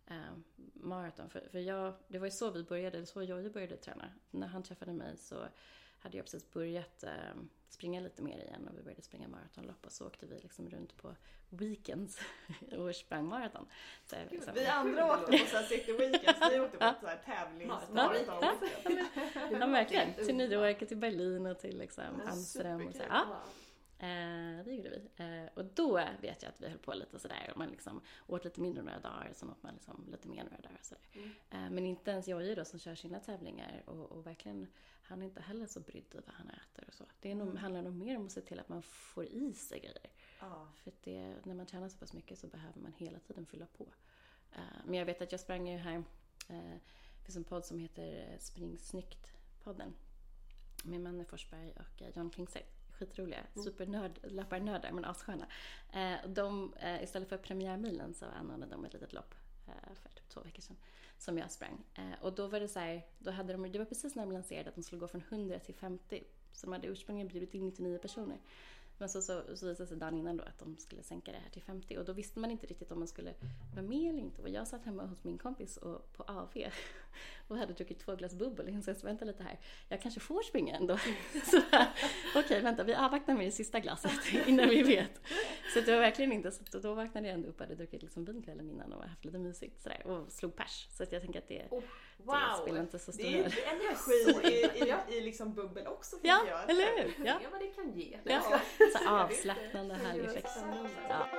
maraton. För det var ju så vi började, så jag började träna. När han träffade mig så hade jag precis börjat springa lite mer igen, och vi började springa maratonlopp, och så åkte vi liksom runt på weekends och sprang maraton. Så, liksom. Vi andra åkte på så här city weekends, vi åkte på så här tävlingsmaraton. Ja, verkligen. Till New York, till Berlin och till liksom Amsterdam och så. Det gjorde vi. Och då vet jag att vi höll på lite sådär, och man liksom åt lite mindre några dagar, så åt man liksom lite mer några dagar sådär. Men inte ens jag då som kör sina tävlingar, och verkligen, han är inte heller så brydd i vad han äter och så. Det är handlar nog mer om att se till att man får i sig grejer. För när man tränar så pass mycket så behöver man hela tiden fylla på. Men jag vet att jag sprang ju här, det finns en podd som heter Spring Snyggt-podden med Manne Forsberg och John Klingstedt. Skitroliga, supernördar, men assköna. De, istället för premiärmilen så anordnade de ett litet lopp för typ 2 veckor sedan som jag sprang. Och då var det så här, det var precis när de lanserade att de skulle gå från 100 till 50. Så de hade ursprungligen bjudit in 99 personer. Men så visade det sig dagen innan då att de skulle sänka det här till 50. Och då visste man inte riktigt om man skulle vara med eller inte. Och jag satt hemma hos min kompis och på AV och hade druckit 2 glas bubbel. Så jag vänta lite här, jag kanske får springa ändå. Okej, vänta, vi avvaktar med det sista glaset innan vi vet. Så det var verkligen inte, så då vaknade jag ändå upp och hade druckit liksom vinkvällen innan och haft lite mysigt sådär, och slog pers. Så att jag tänker att det spelar inte så stor roll. Det är energi i liksom bubbel också, tycker jag. Ja, eller hur? Ja, vad det kan ge. Ja. Så avslappnande, härlig effekt. Ja.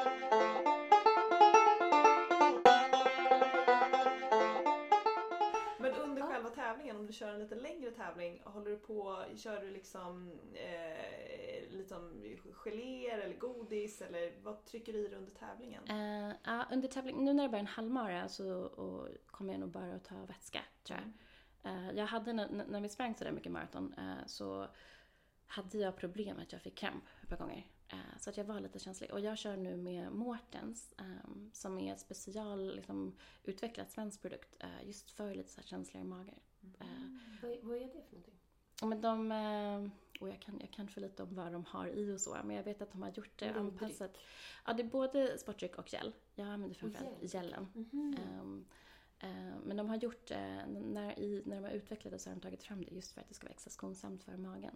Men under själva tävlingen, om du kör en lite längre tävling, kör du liksom geléer eller godis, eller vad trycker du i under tävlingen? Under tävlingen, nu när det bara är en halvmara så kommer jag nog bara att ta vätska, tror jag. Jag hade, när vi sprang så där mycket maraton, så hade jag problem att jag fick kramp ett par gånger. Så att jag var lite känslig. Och jag kör nu med Mårtens som är ett special utvecklat svensk produkt just för lite så här känsligare magar. Vad är det för någonting? Men och jag kan för lite om vad de har i och så, men jag vet att de har gjort det anpassat. Ja, det är både sportdryck och gel. Jag använder framförallt gelen. Men de har gjort när de har utvecklat det så har de tagit fram det just för att det ska vara extra skonsamt för magen.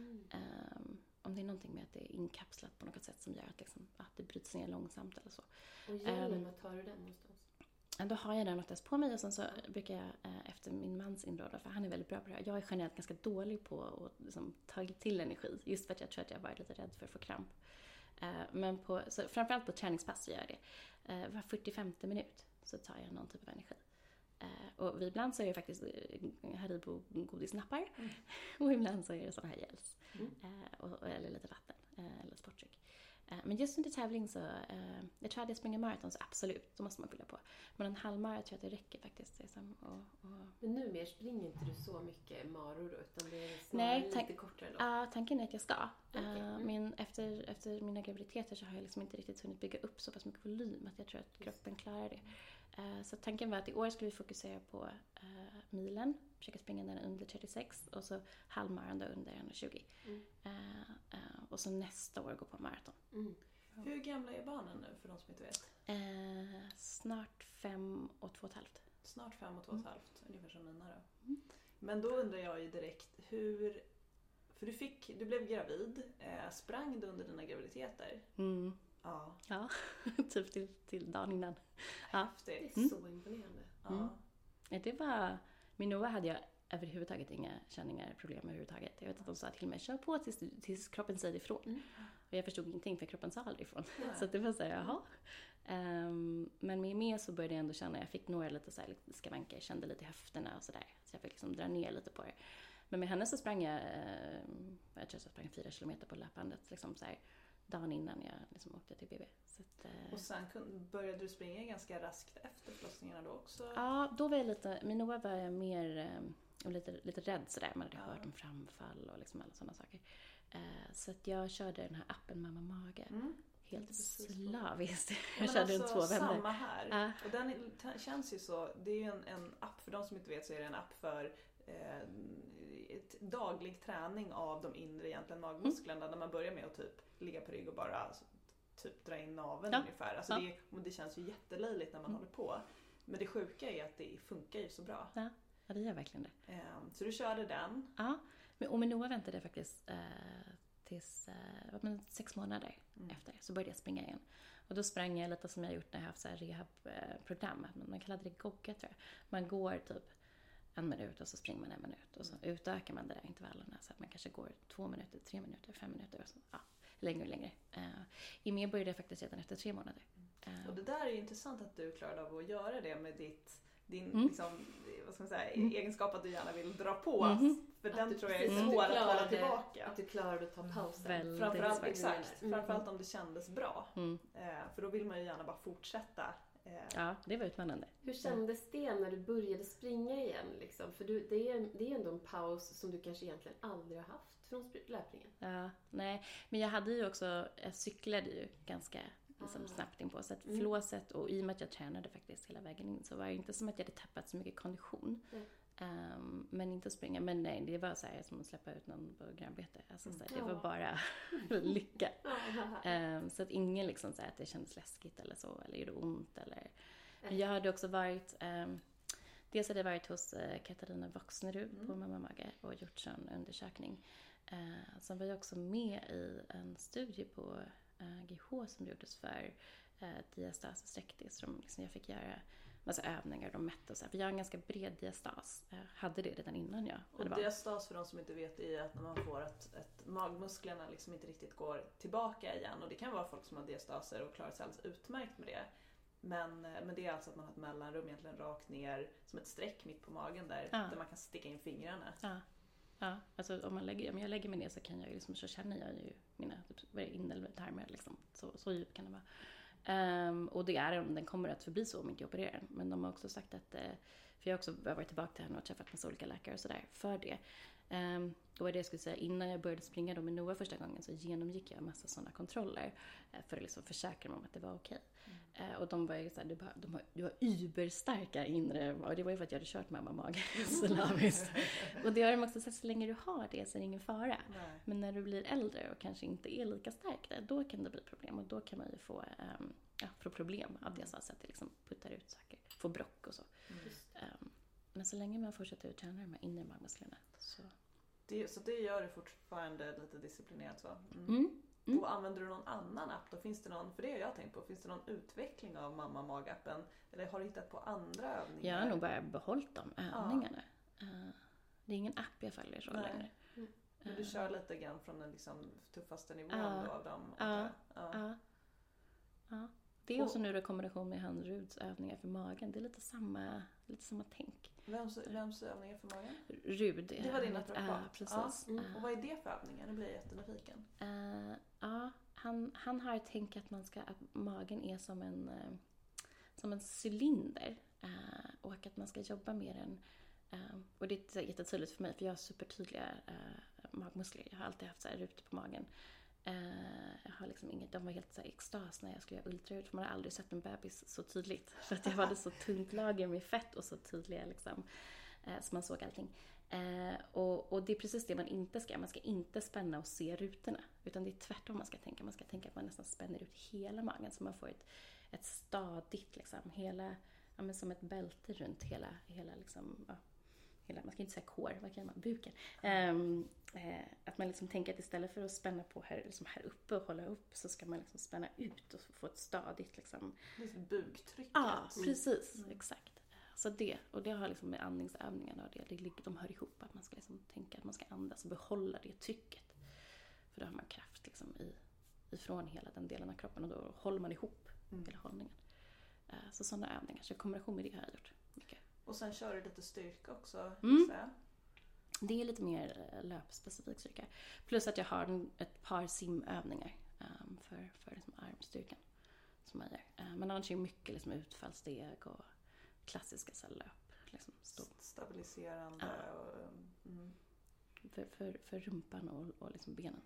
Om det är någonting med att det är inkapslat på något sätt som gör att det bryts ner långsamt eller så. Och gelen, vad tar du den någonstans? Då har jag den oftast på mig och sen så brukar jag efter min mans inråd, för han är väldigt bra på det här. Jag är generellt ganska dålig på att ta till energi, just för att jag tror att jag har varit lite rädd för att få kramp. Men så framförallt på träningspass så gör jag det. Var 40-50 minut så tar jag någon typ av energi. Och ibland så är det faktiskt Haribo godisnappar och ibland så är det sådana här gels. Eller lite vatten eller sportdryck. Men just under tävling så, jag tror att jag springer maraton så absolut, då måste man fylla på. Men en halvmara tror jag att det räcker faktiskt. Men numera springer inte du så mycket maror utan det är snarare lite kortare då? Ja, tanken är att jag ska. Men efter mina graviditeter så har jag inte riktigt hunnit bygga upp så pass mycket volym att jag tror att kroppen klarar det. Så tanken var att i år skulle vi fokusera på milen, försöka springa den under 36 och så halvmaran då under 1,20. Och så nästa år gå på maraton. Hur gamla är barnen nu för de som inte vet? Snart 5 och 2,5. Snart 5 och 2,5, ungefär som mina då. Men då undrar jag ju direkt för du blev gravid, sprang du under dina graviditeter? Ja, typ till dagen innan. Häftigt. Det är så imponerande. Det var, min Noah hade jag överhuvudtaget inga känningar, problem överhuvudtaget. Jag vet att de sa till mig, kör på tills kroppen säger ifrån. Och jag förstod ingenting för kroppen sa aldrig ifrån. Så det var så här, jaha. Men med så började jag ändå känna, jag fick några lite skavanker, jag kände lite i höfterna och sådär. Så jag fick dra ner lite på det. Men med henne så sprang jag tror jag sprang 4 kilometer på löpbandet så här, dagen innan jag åkte till BB. Så att, och sen började du springa ganska raskt efter förlossningarna då också? Ja, då var jag min Noah var jag mer lite rädd sådär. Man hade hört om framfall och alla sådana saker. Så att jag körde den här appen Mamma Mage. Helt slaviskt. Jag körde den 2 vändor. Samma här. Och den känns ju så, det är ju en app, för de som inte vet så är det en app för ett daglig träning av de inre egentligen magmusklerna där man börjar med att typ ligga på rygg och bara typ dra in naveln ungefär. Alltså det känns ju jättelöjligt när man håller på. Men det sjuka är att det funkar ju så bra. Ja, det gör verkligen det. Så du körde den? Ja, och med Noah väntade jag faktiskt tills 6 månader efter. Så började jag springa igen. Och då sprang jag lite som jag gjort när jag haft så här rehabprogram. Man kallade det gogga tror jag. Man går typ 1 minut och så springer man 1 minut. Och så utökar man det där intervallerna så att man kanske går 2 minuter, 3 minuter, 5 minuter och så. Ja, längre och längre. I mig började jag faktiskt redan efter 3 månader. Och det där är ju intressant att du klarade av att göra det med din vad ska man säga, egenskap att du gärna vill dra på. För den tror jag är svår att hålla tillbaka. Att du klarade att ta pausen. Framförallt om det kändes bra. För då vill man ju gärna bara fortsätta. Ja, det var utmanande. Hur kändes det när du började springa igen? För det är ändå en paus som du kanske egentligen aldrig har haft från löpningen. Ja, nej. Men jag cyklade ju ganska snabbt in på. Så att flåset, och i och med att jag tränade faktiskt hela vägen in, så var det inte som att jag hade tappat så mycket kondition. Men inte springa. Men nej, det var så här som att släppa ut någon på grönbete. Alltså, så här, det var bara lycka. Så att ingen så här, att det kändes läskigt eller så. Eller gjorde ont. Men jag hade också varit... dels hade jag varit hos Katarina Voxnerud på Mamma Mage och gjort en undersökning. Sen var jag också med i en studie på GH som gjordes för diastasis rectis. Jag fick göra massa övningar och mätte och så här. För jag har en ganska bred diastas. Jag hade det redan innan jag hade barn. Diastas för de som inte vet är att när man får att magmusklerna inte riktigt går tillbaka igen. Och det kan vara folk som har diastaser och klarar sig alldeles utmärkt med det. Men det är alltså att man har ett mellanrum egentligen rakt ner som ett streck mitt på magen där man kan sticka in fingrarna. Ja, alltså om jag lägger mig ner så kan jag ju så känner jag ju mina inälvtarmar så djupt kan det vara. Och den kommer att förbli så om inte jag opererar den. Men de har också sagt att, för jag har också varit tillbaka till henne och träffat massa olika läkare och sådär för det. Och vad det jag skulle säga, innan jag började springa då med Noah första gången så genomgick jag en massa sådana kontroller för att liksom försäkra mig om att det var okej. Och de var ju såhär, du har überstarka inre, och det var ju för att jag hade kört mamma-mage slaviskt. Och det har de också sagt, så länge du har det så är det ingen fara. Nej. Men när du blir äldre och kanske inte är lika stark där, då kan det bli problem. Och då kan man ju få problem av det, så att det liksom puttar ut saker. Få brock och så. Men så länge man fortsätter att träna de här inre magmusklerna så... Så det gör det fortfarande lite disciplinerat, va? Och använder du någon annan app då? Finns det någon, för det har jag tänkt på, finns det någon utveckling av mamma-mag-appen? Eller har du hittat på andra övningar? Jag har nog bara behållit de övningarna. Det är ingen app jag följer så längre. Men du kör lite grann från den liksom tuffaste nivån då av dem? Ja. Det är också nu rekommendation med Handruds övningar för magen. Det är lite samma tänk. Vems övningar för magen? Rud. Det var din naprapat? Precis. Och vad är det för övningar? Nu blir jag jättenyfiken. Han har tänkt att att magen är som en cylinder. Och att man ska jobba med den. Och det är jättetydligt för mig, för jag har supertydliga magmuskler. Jag har alltid haft så här rutor på magen. Jag har liksom inget, de var helt så här extas när jag skulle göra ultraljud, för man har aldrig sett en bebis så tydligt, för att jag hade så tunt lager med fett och så tydliga liksom, så man såg allting. Och det är precis det man inte ska inte spänna och se rutorna, utan det är tvärtom man ska tänka att man nästan spänner ut hela magen, så man får ett stadigt liksom, hela, men som ett bälte runt hela liksom, man ska inte säga kår, vad kan man, buken. Att man liksom tänker att istället för att spänna på här uppe och hålla upp, så ska man liksom spänna ut och få ett stadigt liksom. Det är buktrycket. Ja, precis, exakt. Så det har liksom med andningsövningarna och de hör ihop, att man ska liksom tänka att man ska andas och behålla det trycket. För då har man kraft liksom ifrån hela den delen av kroppen, och då håller man ihop hela hållningen. Så sådana övningar, så i kombination med det har jag gjort mycket. Och sen kör du lite styrka också, Det är lite mer löpspecifik styrka. Plus att jag har ett par simövningar för liksom armstyrkan som man gör. Men annars är det mycket liksom utfallssteg och klassiska så här löp. Liksom, stabiliserande. För rumpan och liksom benen.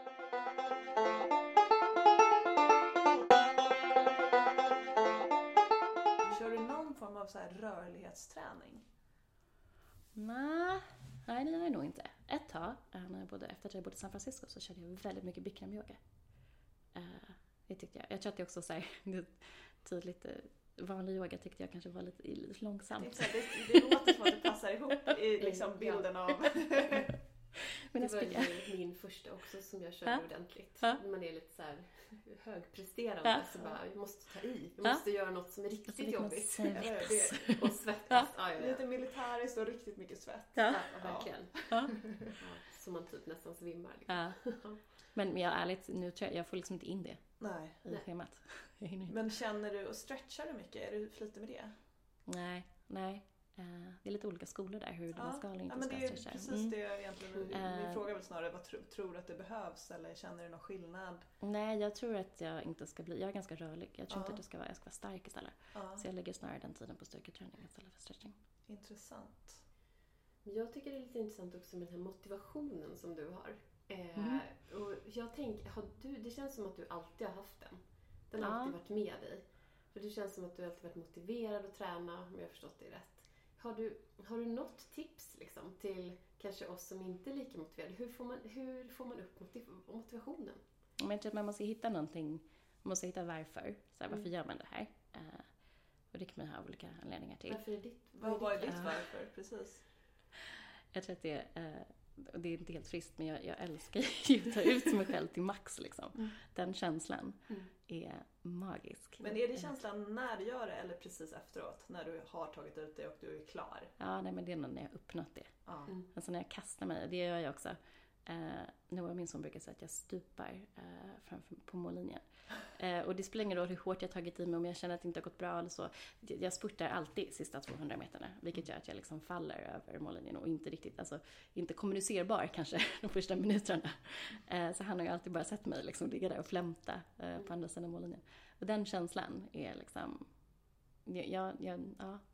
Kör du någon form av så här rörlighetsträning? Nej, det är det nog inte. Ett tag, efter att jag bodde i San Francisco, så körde jag väldigt mycket Bikram-yoga. Det tyckte jag. Jag tror att det också så här, tydligt, vanlig yoga tyckte jag kanske var lite långsamt. Det låter som att det passar ihop i liksom bilden av... Men det var min första också som jag körde ordentligt. När man är lite så här högpresterande, så bara, vi måste ta i. Vi måste göra något som är riktigt jobbigt. Och svettas. Lite militäriskt och riktigt mycket svett. Ja, verkligen. Så man typ nästan svimmar. Liksom. Men jag ärligt, nu tror jag får liksom inte in det i schemat. Men känner du och stretchar du mycket? Är du flitig med det? Nej. Det är lite olika skolor där, hur man ska eller inte ska stretcha. Det är precis det egentligen. Min fråga är väl snarare, vad tror du att det behövs? Eller känner du någon skillnad? Nej, jag tror att jag inte ska bli... Jag är ganska rörlig. Jag tror inte att jag ska vara stark istället. Så jag lägger snarare den tiden på styrketräning istället för stretching. Intressant. Jag tycker det är lite intressant också med den här motivationen som du har. Och jag tänker, det känns som att du alltid har haft den. Den har alltid varit med dig. För det känns som att du alltid varit motiverad att träna, om jag har förstått det rätt. Har du något tips liksom, till kanske oss som inte är lika motiverade? Hur får man upp motivationen? Jag tror att man måste hitta någonting. Man måste hitta varför. Så här, varför gör man det här? Och det kan man ha olika anledningar till. Vad är ditt varför? Precis. Jag tror att det är inte helt friskt, men jag älskar ju att ta ut mig själv till max liksom. Den känslan är magisk. Men är det känslan när du gör det eller precis efteråt? När du har tagit ut det och du är klar? Ja, nej, men det är nog när jag uppnått det. Alltså när jag kastar mig, det gör jag också. Noah, min son, brukar säga att jag stupar på mållinjen. Och det spelar ingen roll hur hårt jag tagit i mig, om jag känner att det inte har gått bra eller så. Jag spurtar alltid sista 200 meterna, vilket gör att jag liksom faller över mållinjen och inte riktigt, alltså inte kommunicerbar kanske de första minuterna. Så han har ju alltid bara sett mig liksom ligga där och flämta på andra sidan mållinjen. Och den känslan är liksom,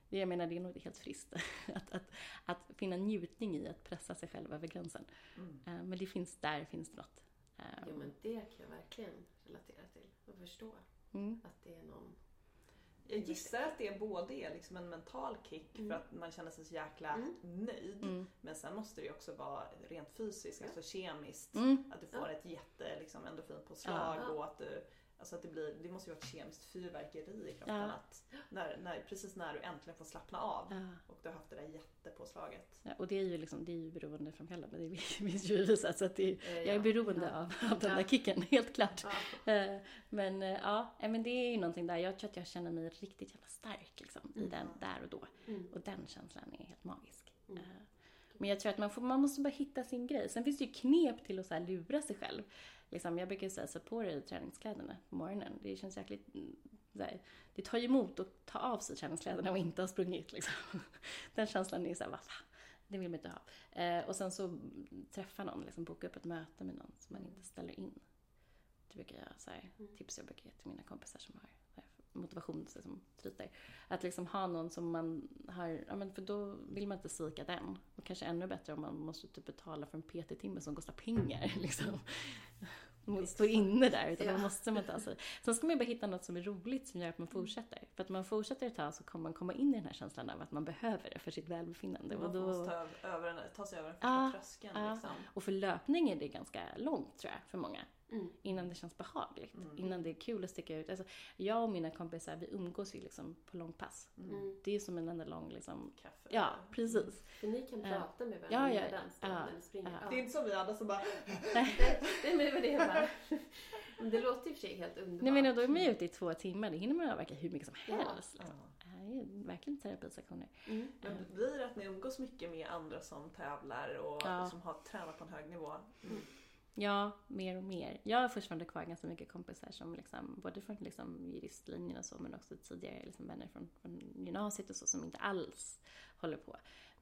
Jag menar, det är nog helt friskt att finna njutning i att pressa sig själv över gränsen. Men det finns det något. Jo, men det kan jag verkligen relatera till och förstå. Att det är någon... Jag gissar att det både är liksom en mental kick för att man känner sig så jäkla nöjd. Men sen måste det ju också vara rent fysiskt, alltså kemiskt. Att du får ett liksom endorfinpåslag och att du... Alltså att det måste ju vara ett kemiskt fyrverkeri i kroppen att precis när du äntligen får slappna av och du har haft det där jättepåslaget. Ja, och det är ju beroendeframkallande, det finns ju visat så att jag är beroende av den där kicken, helt klart. Men det är ju någonting där, jag tror att jag känner mig riktigt jävla stark liksom, i den där och då. Och den känslan är helt magisk. Men jag tror att man måste bara hitta sin grej. Sen finns det ju knep till att så här lura sig själv. Liksom, jag brukar säga så på dig i träningskläderna på morgonen. Det känns jäkligt... Det tar ju emot att ta av sig träningskläderna och inte ha sprungit. Liksom. Den känslan är så här, det vill man inte ha. Och sen så träffa någon, liksom, boka upp ett möte med någon som man inte ställer in. Det brukar jag så här, tips jag brukar ge till mina kompisar som har motivation som tryter. Att liksom ha någon som man har, för då vill man inte svika den. Och kanske ännu bättre om man måste typ betala för en PT-timme som kostar pengar. Liksom. Man måste stå inne där, utan man måste man ta sig. Sen ska man bara hitta något som är roligt som gör att man fortsätter. För att man fortsätter ett tag så kommer man komma in i den här känslan av att man behöver det för sitt välbefinnande. Man måste ta sig över den första tröskeln. Liksom. Och för löpning är det ganska långt, tror jag, för många. Innan det känns behagligt. Innan det är kul att sticka ut. Alltså, jag och mina kompisar, vi umgås ju liksom på långpass. Det är som en enda lång liksom... Kaffe. Ja, precis. För ni kan prata med varandra när ni springer. Det är inte som vi andra som bara... Det låter i och för sig helt underbart. Nej, men då är man ju ute i 2 timmar. Det hinner man avverka hur mycket som helst. Liksom. Det är ju verkligen terapisektioner. Men blir det att ni umgås mycket med andra som tävlar och som har tränat på en hög nivå? Ja, mer och mer. Jag har fortfarande kvar ganska mycket kompisar som liksom, både från liksom juristlinjen och så, men också tidigare liksom vänner från gymnasiet och så, som inte alls håller på.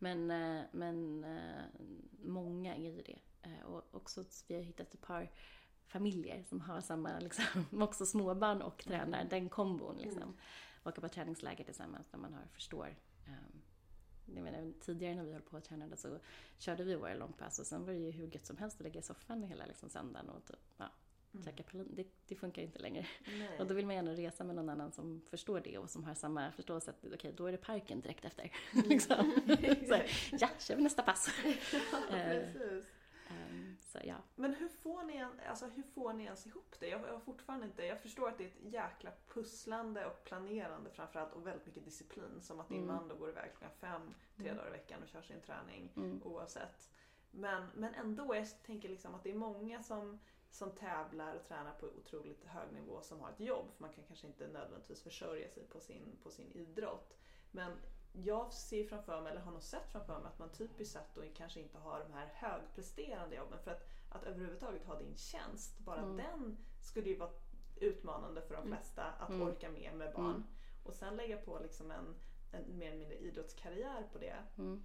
Men många är ju det. Och också vi har hittat ett par familjer som har samma, liksom, också småbarn och tränar, den kombon liksom. Åka på träningsläger tillsammans där man förstår. Jag menar, tidigare när vi höll på att träna så körde vi våra långpass och sen var det ju hur gött som helst att lägga i soffan hela liksom söndagen och käka pralin. Det funkar inte längre. Nej. Och då vill man gärna resa med någon annan som förstår det och som har samma förståelse att okej, då är det parken direkt efter. Liksom. Så, kör vi nästa pass. Precis. Så, ja. Men hur får ni ens ihop det? Jag har fortfarande inte... Jag förstår att det är ett jäkla pusslande och planerande framförallt och väldigt mycket disciplin. Som att din man då går iväg 5 3 dagar i veckan och kör sin träning oavsett. Men ändå, jag tänker liksom att det är många som tävlar och tränar på otroligt hög nivå som har ett jobb. För man kan kanske inte nödvändigtvis försörja sig på sin idrott. Men jag ser framför mig, eller har nog sett framför mig, att man typiskt sett då kanske inte har de här högpresterande jobben. För att överhuvudtaget ha din tjänst, bara den skulle ju vara utmanande för de flesta att orka med barn. Och sen lägga på liksom en mer eller mindre idrottskarriär på det.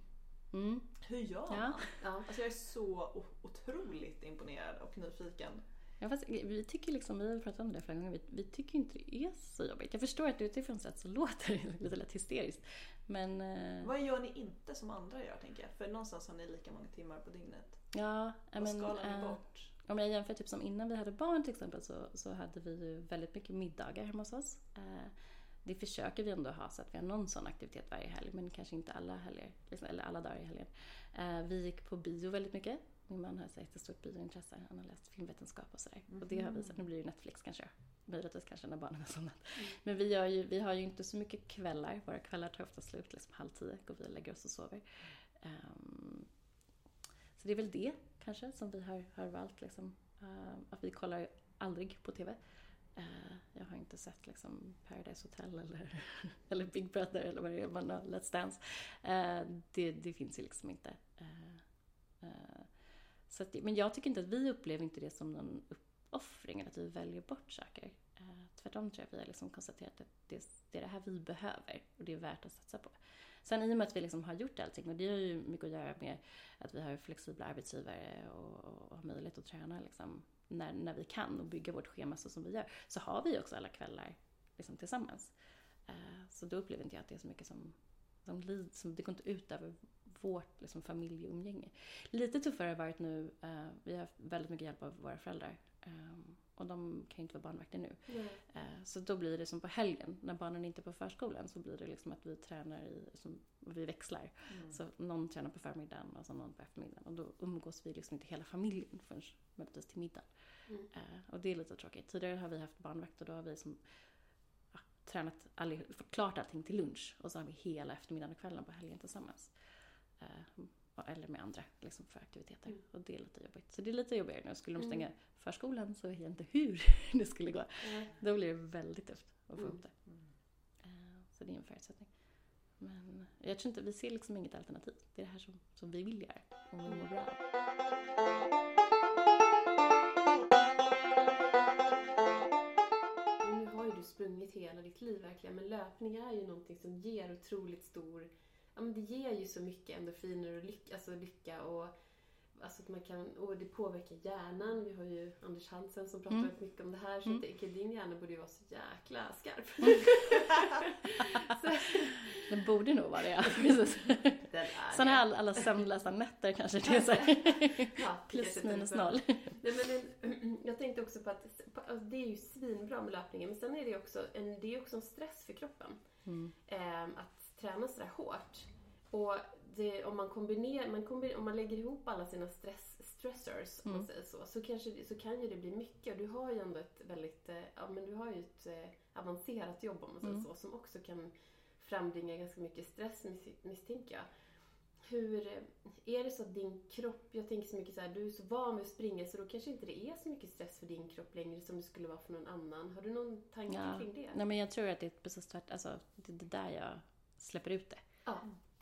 Hur gör man? Ja. Alltså jag är så otroligt imponerad och nyfiken. Ja, fast vi tycker liksom, vi har pratat om det flera gånger, vi tycker inte det är så jobbigt. Jag förstår att utifrån sett så låter det lite lätt hysteriskt. Men... Vad gör ni inte som andra gör, tänker jag? För någonstans har ni lika många timmar på dygnet. Ja, vad skalar ni bort? Om jag jämför typ som innan vi hade barn till exempel så hade vi ju väldigt mycket middagar hemma hos oss. Det försöker vi ändå ha så att vi har någon sån aktivitet varje helg, men kanske inte alla helger, liksom, eller alla dagar i helgen. Vi gick på bio väldigt mycket. Min man har ett stort biointresse. Han har läst filmvetenskap och sådär. Och det har vi sett. Nu blir det ju Netflix kanske. Möjligtvis kanske när barnen har somnat. Men vi har ju inte så mycket kvällar. Våra kvällar tar ofta slut liksom 9:30. Går vi och lägger oss och sover. Så det är väl det kanske som vi har valt. Liksom, att vi kollar aldrig på TV. Jag har inte sett liksom Paradise Hotel eller Big Brother eller vad det är, man har Let's Dance. Det finns ju liksom inte. Så att, men jag tycker inte att vi upplever inte det som någon uppoffring eller att vi väljer bort saker. Tvärtom tror jag att vi har liksom konstaterat att det är det här vi behöver och det är värt att satsa på. Sen i och med att vi liksom har gjort allting, och det har ju mycket att göra med att vi har flexibla arbetsgivare och har möjlighet att träna liksom när vi kan och bygga vårt schema så som vi gör, så har vi också alla kvällar liksom tillsammans. Så då upplever inte jag att det är så mycket som det går inte ut över vårt liksom, familjeumgänge. Lite tuffare har det varit nu. Vi har haft väldigt mycket hjälp av våra föräldrar. Och de kan ju inte vara barnvakter nu. Så då blir det som på helgen, när barnen inte är på förskolan, så blir det liksom att vi tränar vi växlar. Så någon tränar på förmiddagen och så någon på eftermiddagen. Och då umgås vi liksom inte hela familjen förrän möjligtvis till middag. Och det är lite tråkigt. Tidigare har vi haft barnvakt och då har vi tränat fått klart allting till lunch. Och så har vi hela eftermiddagen och kvällen på helgen tillsammans. Eller med andra liksom, för aktiviteter. Och det är lite jobbigt. Så det är lite jobbigare nu. Skulle de stänga förskolan så vet jag inte hur det skulle gå. Då blir det väldigt tufft att få upp det. Så det är en förutsättning. Men jag tror inte, vi ser liksom inget alternativ. Det är det här som vi vill göra. Och vi mår bra. Nu har ju du sprungit hela ditt liv verkligen. Men löpning är ju någonting som ger otroligt stor... Ja, men det ger ju så mycket endorfiner och lycka och alltså att man kan, och det påverkar hjärnan. Vi har ju Anders Hansen som pratar väldigt mycket om det här. Så din hjärna borde ju vara så jäkla skarp. Den borde nog vara det. Sen är alla sömnlösa nätter kanske. Det är så här. Plus minus noll. Nej, men jag tänkte också på att det är ju svinbra med löpningen. Men sen är det också en stress för kroppen. Att träna så där hårt. Och om man lägger ihop alla sina stressors om man säger så kan ju det bli mycket. Och du har ju ändå ett väldigt du har ju ett avancerat jobb om man säger så, som också kan frambringa ganska mycket stress misstänker jag. Hur är det så att din kropp, jag tänker så mycket så här, du är så van vid att springa så då kanske inte det är så mycket stress för din kropp längre som det skulle vara för någon annan. Har du någon tanke kring det? Nej, men jag tror att det är precis tvärtom. Alltså, det är där jag släpper ut det. Ja,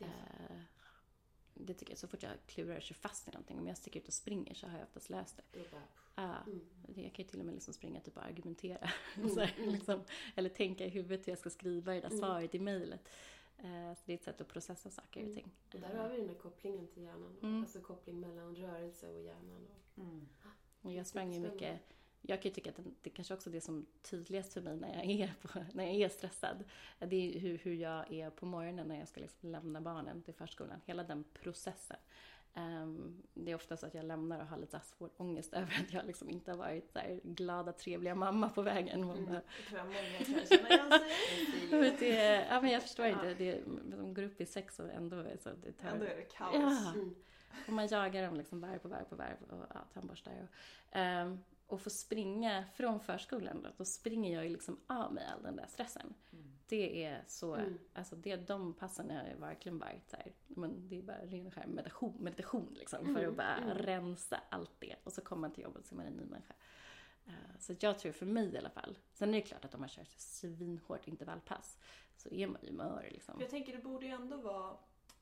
det tycker jag. Så fort jag klurar och kör fast i någonting. Om jag sticker ut och springer så har jag oftast löst det. Jag kan ju till och med liksom springa typ och argumentera. Liksom, eller tänka i huvudet hur jag ska skriva det där svaret i mejlet. Så det är ett sätt att processa saker och ting. Och där har vi den här kopplingen till hjärnan. Alltså koppling mellan rörelse och hjärnan. Och jag sprang ju mycket. Jag kan ju tycka att det kanske också är det som tydligast för mig när jag är stressad. Det är hur jag är på morgonen när jag ska liksom lämna barnen till förskolan. Hela den processen. Det är ofta så att jag lämnar och har lite svår ångest över att jag liksom inte har varit så här glada, trevliga mamma på vägen. Det tror jag många kan känna igen sig. Men jag förstår inte. De går upp i 6 och ändå är ändå är det kaos. Ja. Och man jagar dem liksom varv på varv och tandborstar. Och få springa från förskolan då springer jag ju liksom av mig all den där stressen. Det är så, alltså de passen har verkligen varit så här, men det är bara ren och skär meditation liksom, för att bara rensa allt det. Och så kommer man till jobbet så är man en ny människa. Så jag tror för mig i alla fall. Sen är det klart att om man kör svinhårt intervallpass så är man ju mör liksom. Jag tänker det borde ju ändå vara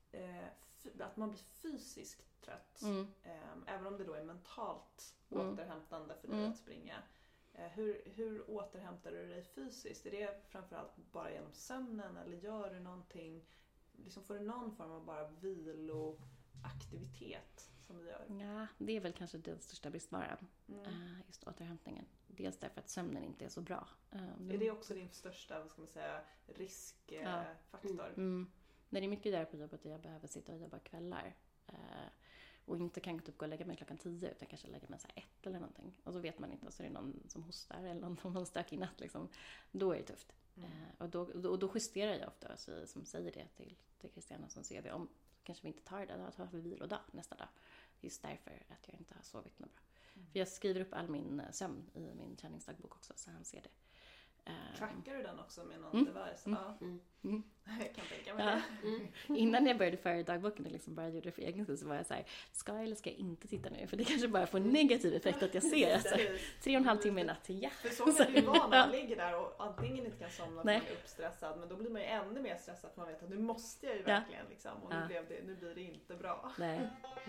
att man blir fysiskt trött. Även om det då är mentalt återhämtande för dig att springa. Hur återhämtar du dig fysiskt? Är det framförallt bara genom sömnen eller gör du någonting? Liksom får du någon form av bara viloaktivitet som du gör? Ja, det är väl kanske den största bristvaran. Just återhämtningen. Dels därför att sömnen inte är så bra. Är det också din största, vad ska man säga, riskfaktor? När det är mycket där på jobbet och jag behöver sitta och jobba kvällar. Och inte kan typ gå och lägga mig 10:00 utan kanske lägga mig 1 eller någonting. Och så vet man inte, så är det någon som hostar eller någon som har stökig natt liksom. Då är det tufft. Och då justerar jag ofta som säger det till Christiana som ser det om. Kanske vi inte tar det, då tar vi vilodag nästa dag. Just därför att jag inte har sovit något bra. För jag skriver upp all min sömn i min träningsdagbok också så han ser det. Trackar du den också med någon device? Jag kan tänka mig det. Innan jag började föra dagboken och liksom bara gjorde det för egen skull så var jag så här, ska jag eller ska jag inte titta nu? För det kanske bara får negativ effekt att jag ser alltså, 3,5 timmar i natt. Ja. För så kan det ju vara när man ligger där och antingen inte kan somna för man är uppstressad, men då blir man ju ännu mer stressad för man vet att nu måste jag ju verkligen liksom, och nu blir det inte bra. Nej.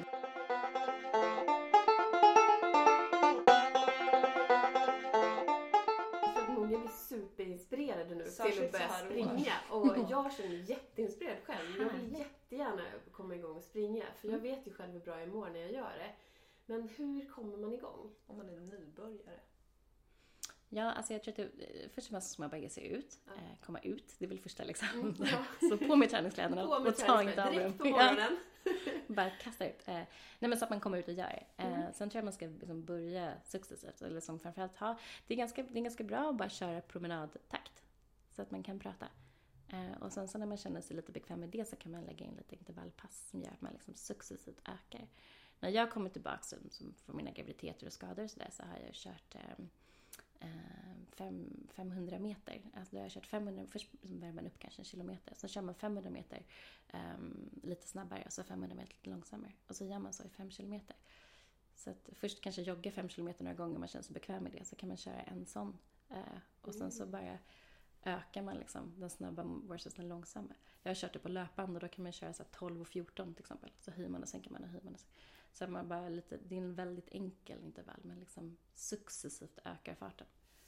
Jag blir superinspirerade nu till att börja springa. Och jag känner mig jätteinspirerad själv. Jag vill jättegärna komma igång och springa. För jag vet ju själv hur bra jag mår när jag gör det. Men hur kommer man igång? Om man är nybörjare? Ja, alltså jag tror att först och främst ska man bara ge sig ut, komma ut, det är väl första liksom. Ja. Så på med träningskläderna och ta inte av direkt på dem. morgonen. Bara kasta ut. Nej, men så att man kommer ut och gör. Sen tror jag man ska liksom börja successivt. Eller som framförallt det är ganska bra att bara köra promenadtakt. Så att man kan prata. Och sen så när man känner sig lite bekväm med det så kan man lägga in lite intervallpass som gör att man liksom successivt ökar. När jag kommer tillbaka som från mina graviditeter och skador och så har jag kört 500 meter. Alltså jag har kört 500, först värmer man upp kanske en kilometer. Sen kör man 500 meter lite snabbare och så 500 meter lite långsammare. Och så gör man så i 5 kilometer. Så att först kanske jogga 5 kilometer några gånger om man känner sig bekväm med det. Så kan man köra en sån. Och sen så bara ökar man liksom den snabba versus den långsamma. Jag har kört det på löpband och då kan man köra så 12 och 14 till exempel. Så höjer man och sänker man och höjer man och sänker. Så man bara lite, det är en väldigt enkel intervall men liksom successivt ökar farten.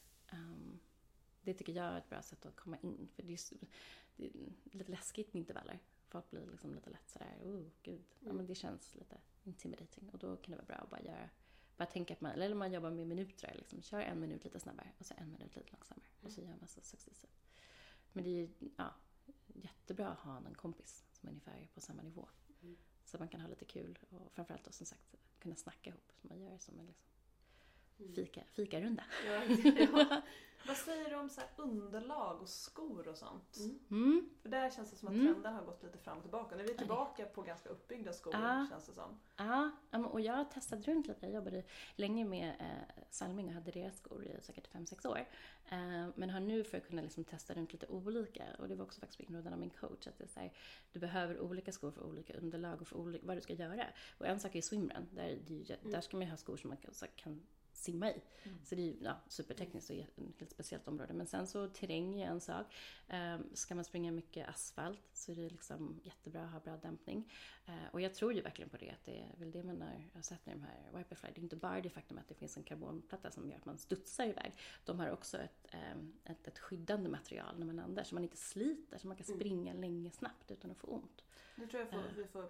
Det tycker jag är ett bra sätt att komma in. För det är lite läskigt med intervaller. Folk blir liksom lite lätt sådär, gud. Ja, men det känns lite intimidating. Och då kan det vara bra att bara tänka att man jobbar med minuter. Liksom. Kör 1 minut lite snabbare och så 1 minut lite långsammare. Och så gör man så successivt. Men det är ju jättebra att ha en kompis som är ungefär på samma nivå. Så man kan ha lite kul och framförallt då som sagt kunna snacka ihop. Som man gör som en liksom fikarunda. Ja. Vad säger du om så här underlag och skor och sånt? För där känns det som att trenden har gått lite fram och tillbaka. Nu är vi tillbaka på ganska uppbyggda skor, känns det som. Ja, och jag har testat runt lite. Jag jobbade länge med Salming och hade deras skor i säkert 5-6 år. Men har nu för att kunna liksom testa runt lite olika. Och det var också faktiskt på inrådan av min coach. Att det är så här, du behöver olika skor för olika underlag och för vad du ska göra. Och en sak är swimrun. Där ska man ha skor som man kan simma i. Så det är ju supertekniskt och ett helt speciellt område. Men sen så terräng är en sak. Ska man springa mycket asfalt så är det liksom jättebra att ha bra dämpning. Och jag tror ju verkligen på det. Att det är väl det man har sett med de här Viperfly. Det är inte bara det faktum att det finns en karbonplatta som gör att man studsar iväg. De har också ett skyddande material när man landar. Så man inte sliter. Så man kan springa länge snabbt utan att få ont. Nu tror jag vi får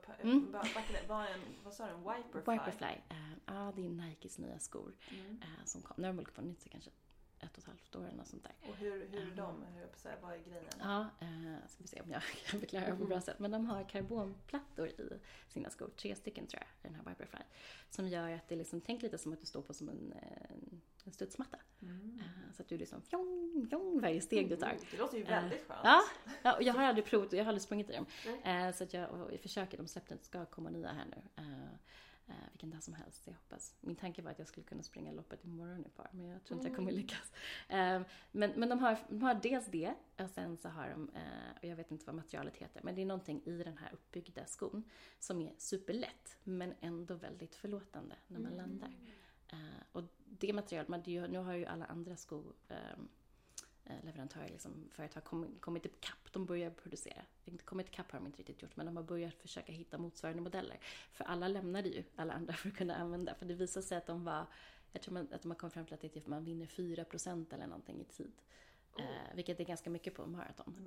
vad sa du? En Viperfly? Viperfly. Det är Nikes nya skor. Som kom. Nu har de väl funnits i kanske 1,5 år eller något sånt där. Och hur är de? Vad är grejen? Ska vi se om jag kan förklara det på bra sätt. Men de har karbonplattor i sina skor. 3 stycken tror jag, i den här Viperfly. Som gör att det liksom, tänk lite som att du står på som en studsmatta. Så att du liksom fjong varje steg du tar. Det låter ju väldigt skönt. Ja, och jag har aldrig provat och jag har aldrig sprungit i dem. Så att jag försöker, de släppte ska komma nya här nu. Vilken dag som helst, jag hoppas. Min tanke var att jag skulle kunna springa loppet imorgon ett par, men jag tror inte jag kommer lyckas. Men de har dels det, och sen så har de, och jag vet inte vad materialet heter, men det är någonting i den här uppbyggda skon som är superlätt, men ändå väldigt förlåtande när man landar. Och det materialet, nu har ju alla andra leverantörer, liksom, företag kommit ikapp, de börjar producera. Kommit ikapp har de inte riktigt gjort, men de har börjat försöka hitta motsvarande modeller. För alla lämnade ju alla andra för att kunna använda. För det visade sig att jag tror att de har kommit fram till att det är typ man vinner 4% eller någonting i tid. Vilket är ganska mycket på maraton.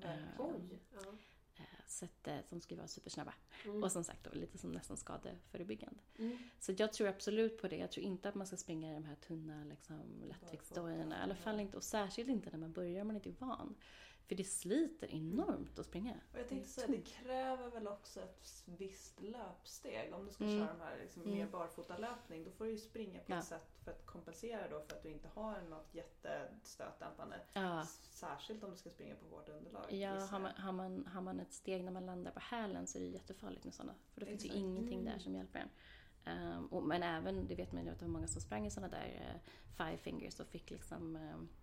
Så att de ska vara supersnabba. Och som sagt då, lite som nästan skadeförebyggande. Så jag tror absolut på det. Jag tror inte att man ska springa i de här tunna liksom, lättviktsdojorna. I alla fall inte. Och särskilt inte när man börjar, man inte är van. För det sliter enormt att springa. Och jag tänkte säga, det kräver väl också ett visst löpsteg. Om du ska köra de här liksom, mer barfotalöpning, då får du ju springa på ett sätt för att kompensera då för att du inte har något jättestötdämpande. Särskilt om du ska springa på hårt underlag. Ja, har man ett steg när man landar på hälen så är det jättefarligt med sådana. För det finns ju ingenting där som hjälper en. Men även, det vet man ju att det var många som sprang i sådana där 5 fingers och fick liksom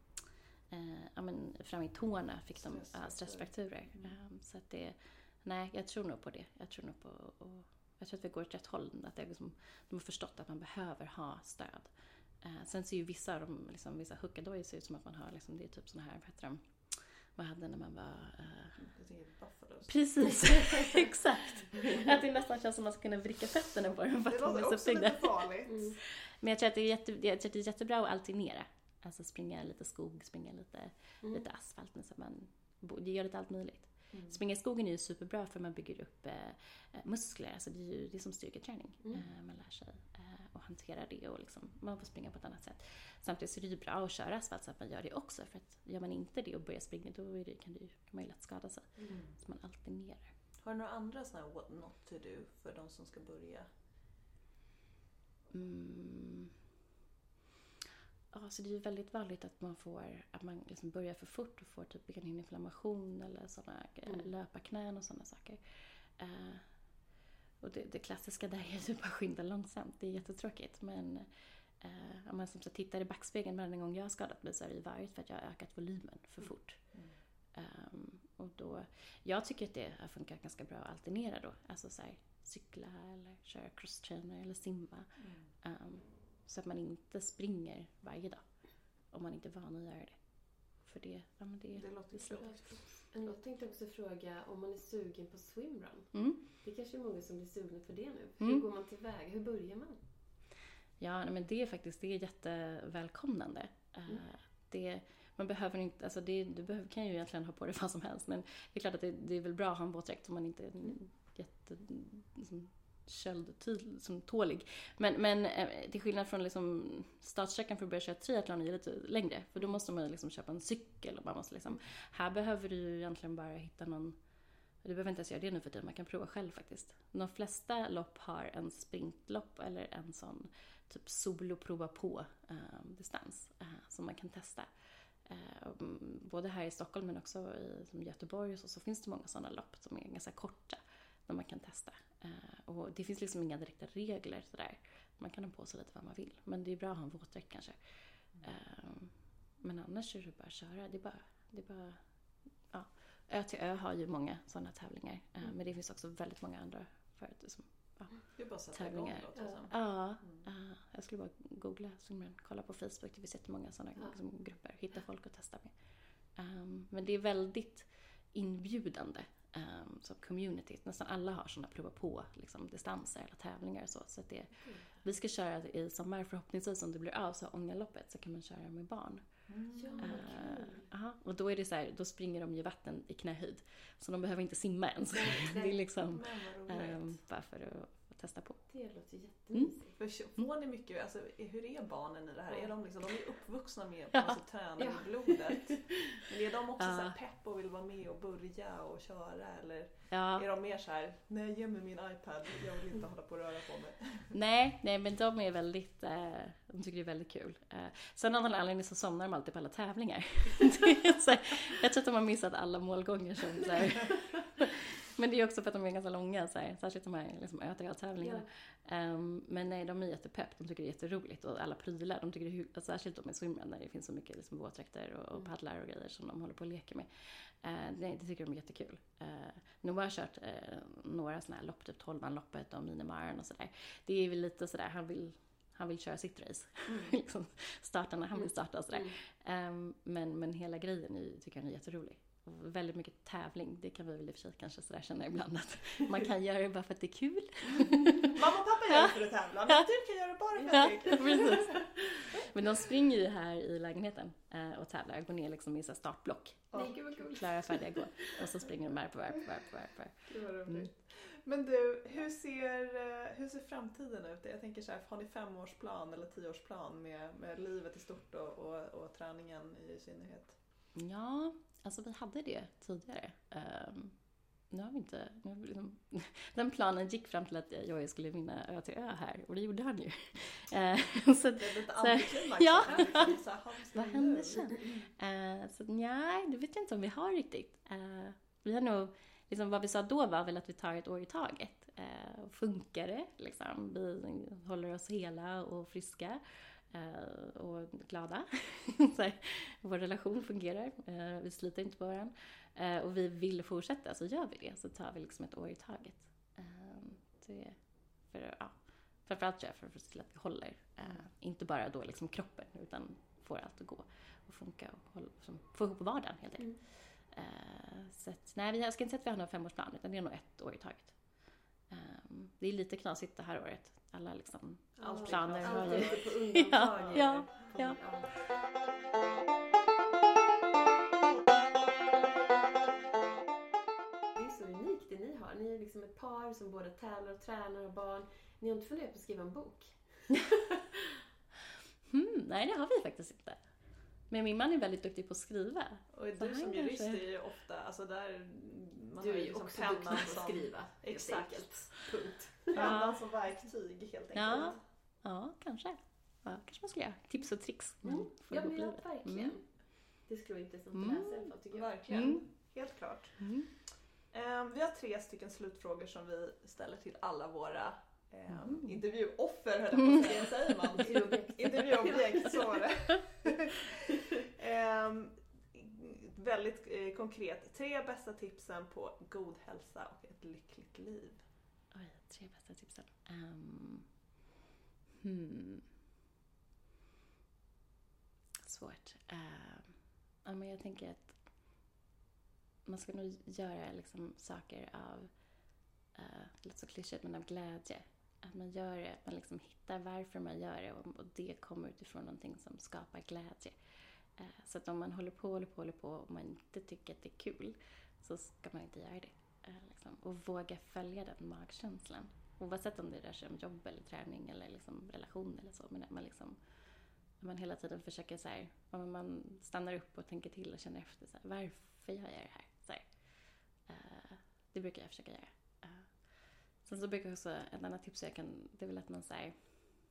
fram i tårna fick de stressfrakturer. Så att jag tror nog på det. Jag tror att vi går åt rätt håll. Att det liksom, de har förstått att man behöver ha stöd. Sen ser ju vissa av dem, liksom, vissa huckadojor ser ut som att man har, liksom, det är typ såna här, vad heter de? Vad hade när man var... Precis, exakt. Att det nästan känns som att man ska kunna vricka fötterna på dem. Det låter också lite farligt. Men jag tror att det är jättebra att alternera. Alltså springa lite skog, springa lite asfalt. Så det gör lite allt möjligt. Springa i skogen är ju superbra för man bygger upp muskler. Alltså det är som styrketräning. Man lär sig att hantera det och liksom, man får springa på ett annat sätt. Samtidigt så är det ju bra att köra asfalt så att man gör det också, för att gör man inte det och börjar springa då kan man ju lätt skada sig. Så man alternerar. Har du några andra sådana här what not to do för de som ska börja? Ja, så det är ju väldigt vanligt att man liksom börjar för fort och får typ benhinneinflammation eller sådana löparknän och sådana saker. Och det klassiska där är ju bara skynda långsamt. Det är jättetråkigt, men om man som så tittar i backspegeln varje gång jag har skadat mig så är det ju varit för att jag har ökat volymen för fort. Och då, jag tycker att det har funkat ganska bra att alternera då. Alltså så här, cykla eller köra crosstrainer eller simma. Så att man inte springer varje dag om man inte är van att göra det. För det låter klokt. Jag tänkte också fråga om man är sugen på swimrun. Det kanske är många som blir sugna för det nu. Hur går man tillväga? Hur börjar man? Ja, men det är jättevälkomnande. Man behöver inte, alltså kan ju egentligen ha på det vad som helst, men det är klart att det är väl bra att ha en våtdräkt om man inte är jätte liksom, som tålig. Men till skillnad från liksom, startsträckan för att börja köra triathlon är lite längre, för då måste man liksom köpa en cykel och man måste liksom, här behöver du ju egentligen bara hitta någon, du behöver inte ens göra det nu för tiden, man kan prova själv faktiskt. De flesta lopp har en sprintlopp eller en sån typ solo prova på distans som man kan testa. Både här i Stockholm men också i Göteborg så finns det många sådana lopp som är ganska korta där man kan testa. Och det finns liksom inga direkta regler sådär. Man kan ha på sig lite vad man vill. Men det är bra att ha en våtdräkt kanske. Men annars är det bara att köra. Det är bara ja. Ö till Ö har ju många sådana tävlingar. Men det finns också väldigt många andra som det är bara att sätta tävlingar. Igång, jag skulle bara googla, kolla på Facebook. Det finns jättemånga sådana liksom, grupper. Hitta folk att testa med. Men det är väldigt inbjudande som community. Nästan alla har sådana prova på liksom, distanser eller tävlingar och så att vi ska köra i sommar förhoppningsvis om det blir av så Ångaloppet så kan man köra med barn. Och då är det så här, då springer de ju vatten i knähöjd så de behöver inte simma ens. Det är liksom bara för att testa på. Det låter jättemysigt. Får ni mycket, alltså, hur är barnen i det här? Är de är uppvuxna med på träning i blodet. Men är de också så här pepp och vill vara med och börja och köra? Eller är de mer så här, nej, ge mig min iPad, jag vill inte hålla på och röra på mig? Nej, men de är väldigt, de tycker det är väldigt kul. Sen av någon anledning så somnar de alltid på alla tävlingar. Jag tror att de har missat alla målgångar som så här. Men det är också för att de är ganska långa, så här, särskilt de här liksom, ÖTL-tävlingarna. Men nej, de är jättepepp, de tycker det är jätteroligt och alla prylar, de tycker det är särskilt de med swimrun där det finns så mycket liksom, våtdräkter och paddlar och grejer som de håller på att leka med. Nej, det tycker de är jättekul. Nu har jag kört några sådana här lopp, typ 12-man-loppet och minimaren och sådär. Det är väl lite sådär, han vill köra sitt race. Liksom, starta när han vill starta och sådär. Men hela grejen tycker jag är jätterolig. Och väldigt mycket tävling, det kan vi väl i och för sig kanske sådär känna ibland att man kan göra det bara för att det är kul. Mamma och pappa gör det för att tävla, men du kan göra det bara för att det är kul. Men de springer ju här i lägenheten och tävlar, går ner liksom i så startblock. Klara, färdiga, gå. Och så springer de här på varv. Det var roligt. Men du, hur ser framtiden ut? Jag tänker så här, har ni 5-årsplan eller 10-årsplan med livet i stort och träningen i synnerhet? Ja, alltså vi hade det tidigare. Nu har vi inte... den planen gick fram till att jag skulle vinna Ö till Ö här. Och det gjorde han ju. Det är lite antiklimax. Ja, vad hände sen? Så nej, det vet jag inte om vi har riktigt. Vi har nog... Liksom, vad vi sa då var väl att vi tar ett år i taget. Funkar det? Liksom, vi håller oss hela och friska. Och glada. Så här, vår relation fungerar. Vi sliter inte på varandra. Och vi vill fortsätta, så gör vi det. Så tar vi liksom ett år i taget. Framförallt tror jag för att se till att vi håller. Inte bara då liksom kroppen, utan får allt att gå och funka och få ihop vardagen helt enkelt. Så att, nej, jag ska inte säga att vi har någon 5-årsplan, utan det är nog ett år i taget. Det är lite knasigt det här året. Alla liksom planer har ju... Alltid på undantag. Ja. Det är så unikt det ni har. Ni är liksom ett par som både tävlar och tränar och barn. Ni har inte funderat på att skriva en bok? Nej, det har vi faktiskt inte. Men min man är väldigt duktig på att skriva. Och du som jurist är ju ofta, alltså där... Man Du är har ju liksom också duktig på att som... skriva. Exakt. Punkt. Pennan som verktyg helt enkelt. Ja, kanske. Ja, kanske man ska göra. Tips och tricks. Ja, men verkligen. Det skulle vara intressant att läsa i alla fall, tycker jag. Verkligen. Helt klart. Vi har 3 stycken slutfrågor som vi ställer till alla våra intervjuoffer, höll jag på att säga. Säger man? Intervjuobjekt, så var det. Väldigt konkret. 3 bästa tipsen på god hälsa och ett lyckligt liv. Oj, 3 bästa tipsen. Svårt. Men jag tänker att man ska nog göra liksom saker av, lite så klyschigt, men av glädje. Att man gör det, att man liksom hittar varför man gör det, och det kommer utifrån någonting som skapar glädje. Så att om man håller på och man inte tycker att det är kul, så ska man inte göra det. Liksom. Och våga följa den magkänslan. Oavsett om det rör sig om jobb eller träning eller liksom relation eller så. Men att man hela tiden försöker så här, om man stannar upp och tänker till och känner efter så här, varför gör jag det här? Så här. Det brukar jag försöka göra. Sen så brukar jag också, ett annat tips det är väl att man så här,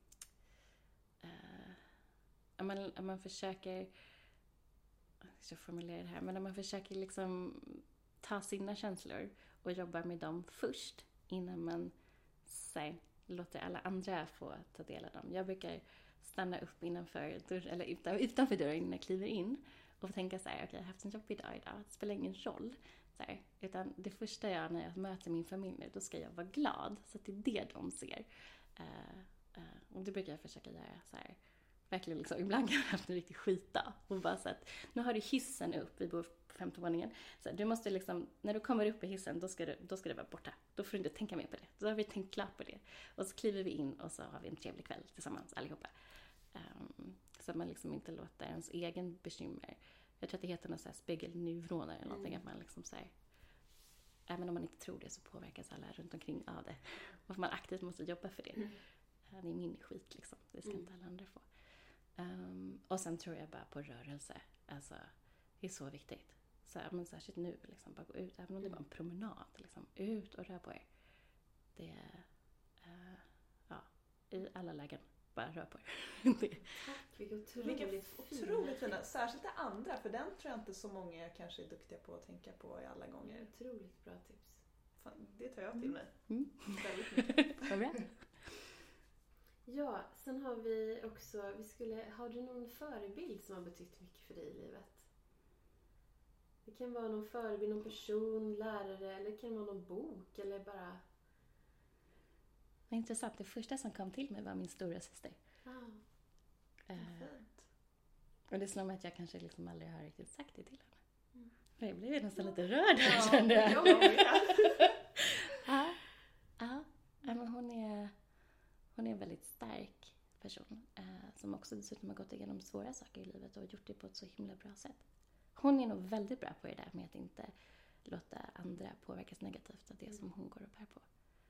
man försöker, jag ska formulera det här, men när man försöker liksom ta sina känslor och jobba med dem först innan man så låter alla andra få ta del av dem. Jag brukar stanna upp utanför dörren innan jag kliver in och tänka så här, okej, jag har haft en jobbig dag idag, det spelar ingen roll. Så här, utan det första jag, när jag möter min familj, då ska jag vara glad, så att det är det de ser. Och det brukar jag försöka göra så här. Verkligen liksom, ibland har jag haft en riktig skitdag och bara så att nu har du hissen upp, vi bor på 5:e våningen, så du måste liksom, när du kommer upp i hissen, då ska det vara borta, då får du inte tänka mer på det, då har vi tänkt klart på det, och så kliver vi in och så har vi en trevlig kväll tillsammans allihopa. Så att man liksom inte låter ens egen bekymmer, jag tror att det heter något så här spegelneuroner eller någonting, att man liksom så här, även om man inte tror det, så påverkas alla runt omkring av det, och man aktivt måste jobba för det. Det är min skit liksom, det ska inte alla andra få. Och sen tror jag bara på rörelse. Alltså, det är så viktigt. Så, men särskilt nu, liksom, bara gå ut. Även om det var en promenad. Liksom, ut och rör på er. Det i alla lägen, bara rör på er. Tack, vilket otroligt fina. Särskilt det andra, för den tror jag inte så många kanske är duktiga på att tänka på i alla gånger. Otroligt bra tips. Fan, det tar jag till mig. Väldigt mycket. Vad bra. Ja, sen har vi också, har du någon förebild som har betytt mycket för dig i livet? Det kan vara någon förebild, någon person, lärare, eller det kan vara någon bok, eller bara... Vad intressant, det första som kom till mig var min stora syster. Fint. Och det slår mig att jag kanske liksom aldrig har riktigt sagt det till henne. För jag blev nästan lite rörd här, kände jag. Men hon är en väldigt stark person, som också dessutom har gått igenom svåra saker i livet och gjort det på ett så himla bra sätt. Hon är nog väldigt bra på det där med att inte låta andra påverkas negativt av det som hon går och bär på.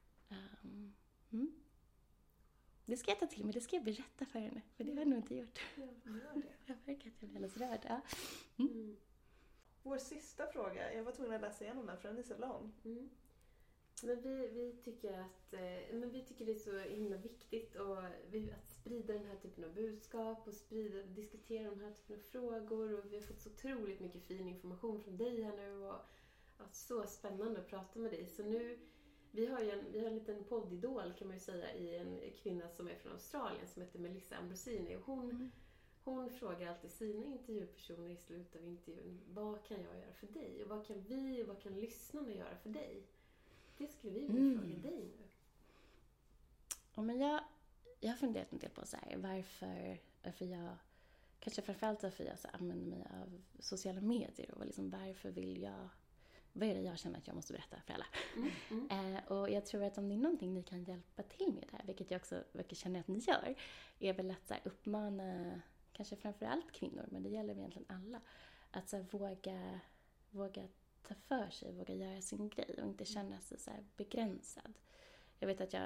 Det ska jag ta till mig, det ska jag berätta för henne, för det har jag nog inte gjort. Ja, gör det. Jag verkar att jag blir alldeles rörd. Ja. Vår sista fråga, jag var tvungen att läsa igenom den för den är så lång. Men vi tycker att vi tycker det är så himla viktigt att sprida den här typen av budskap och diskutera de här typen av frågor, och vi har fått så otroligt mycket fin information från dig här nu, och så spännande att prata med dig. Så nu vi har en liten poddidol, kan man ju säga, i en kvinna som är från Australien som heter Melissa Ambrosini, och hon frågar alltid sina intervjupersoner i slutet av intervjun: vad kan jag göra för dig? Och vad kan lyssnarna göra för dig? Det skulle vi vilja fråga dig nu. Ja, men jag har funderat en del på så här, varför jag, kanske framförallt varför jag så använder mig av sociala medier, och liksom vad är det jag känner att jag måste berätta för alla? Och jag tror att om det är någonting ni kan hjälpa till med där, vilket jag också känner att ni gör, är väl att så här, uppmana kanske framförallt kvinnor, men det gäller egentligen alla, att så här, våga ta för sig, våga göra sin grej och inte känna sig så här begränsad. Jag vet att jag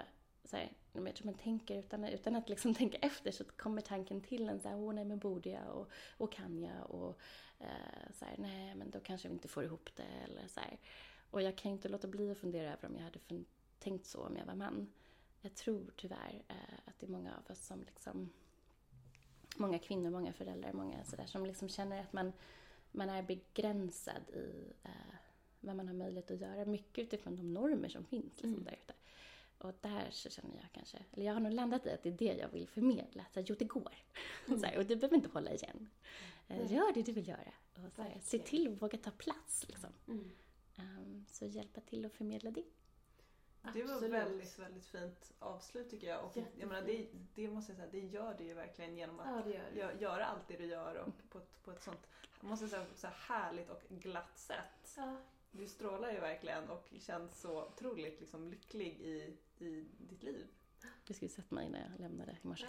så här, jag tror man tänker utan att liksom tänka efter, så kommer tanken till en så här, nej men borde jag och kan jag och så här, nej men då kanske vi inte får ihop det eller så här. Och jag kan inte låta bli att fundera över om jag hade tänkt så om jag var man. Jag tror tyvärr att det är många av oss som liksom, många kvinnor, många föräldrar, många sådär, som liksom känner att man är begränsad i vad man har möjlighet att göra. Mycket utifrån de normer som finns liksom där ute. Och där så känner jag kanske, eller jag har nog landat i att det är det jag vill förmedla. Så här, jo, det går. Så här, och du behöver inte hålla igen. Gör det du vill göra. Och så här, se till att våga ta plats. Liksom. Så hjälpa till att förmedla det. Det var väldigt, väldigt fint avslut tycker jag. Och jag menar, det måste jag säga, det gör det ju verkligen genom att göra allt det du gör och på ett sånt, måste jag säga, så härligt och glatt sätt. Ja. Du strålar ju verkligen och känns så otroligt liksom lycklig i ditt liv. Du skulle sett mig när jag lämnade i morse.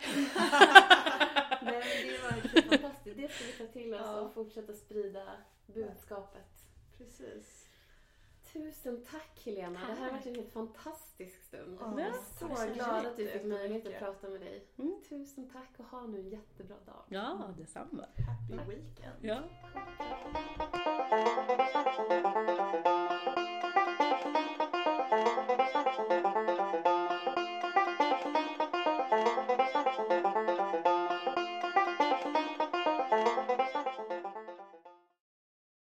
Nej, det var ju fantastiskt. Det ska vi ta till oss och fortsätta sprida budskapet. Precis. Tusen tack Helena. Det här har varit en helt fantastisk stund. Jag är så glad att du fick möjlighet att prata med dig. Tusen tack och ha nu en jättebra dag. Ja, detsamma. Happy weekend. Ja.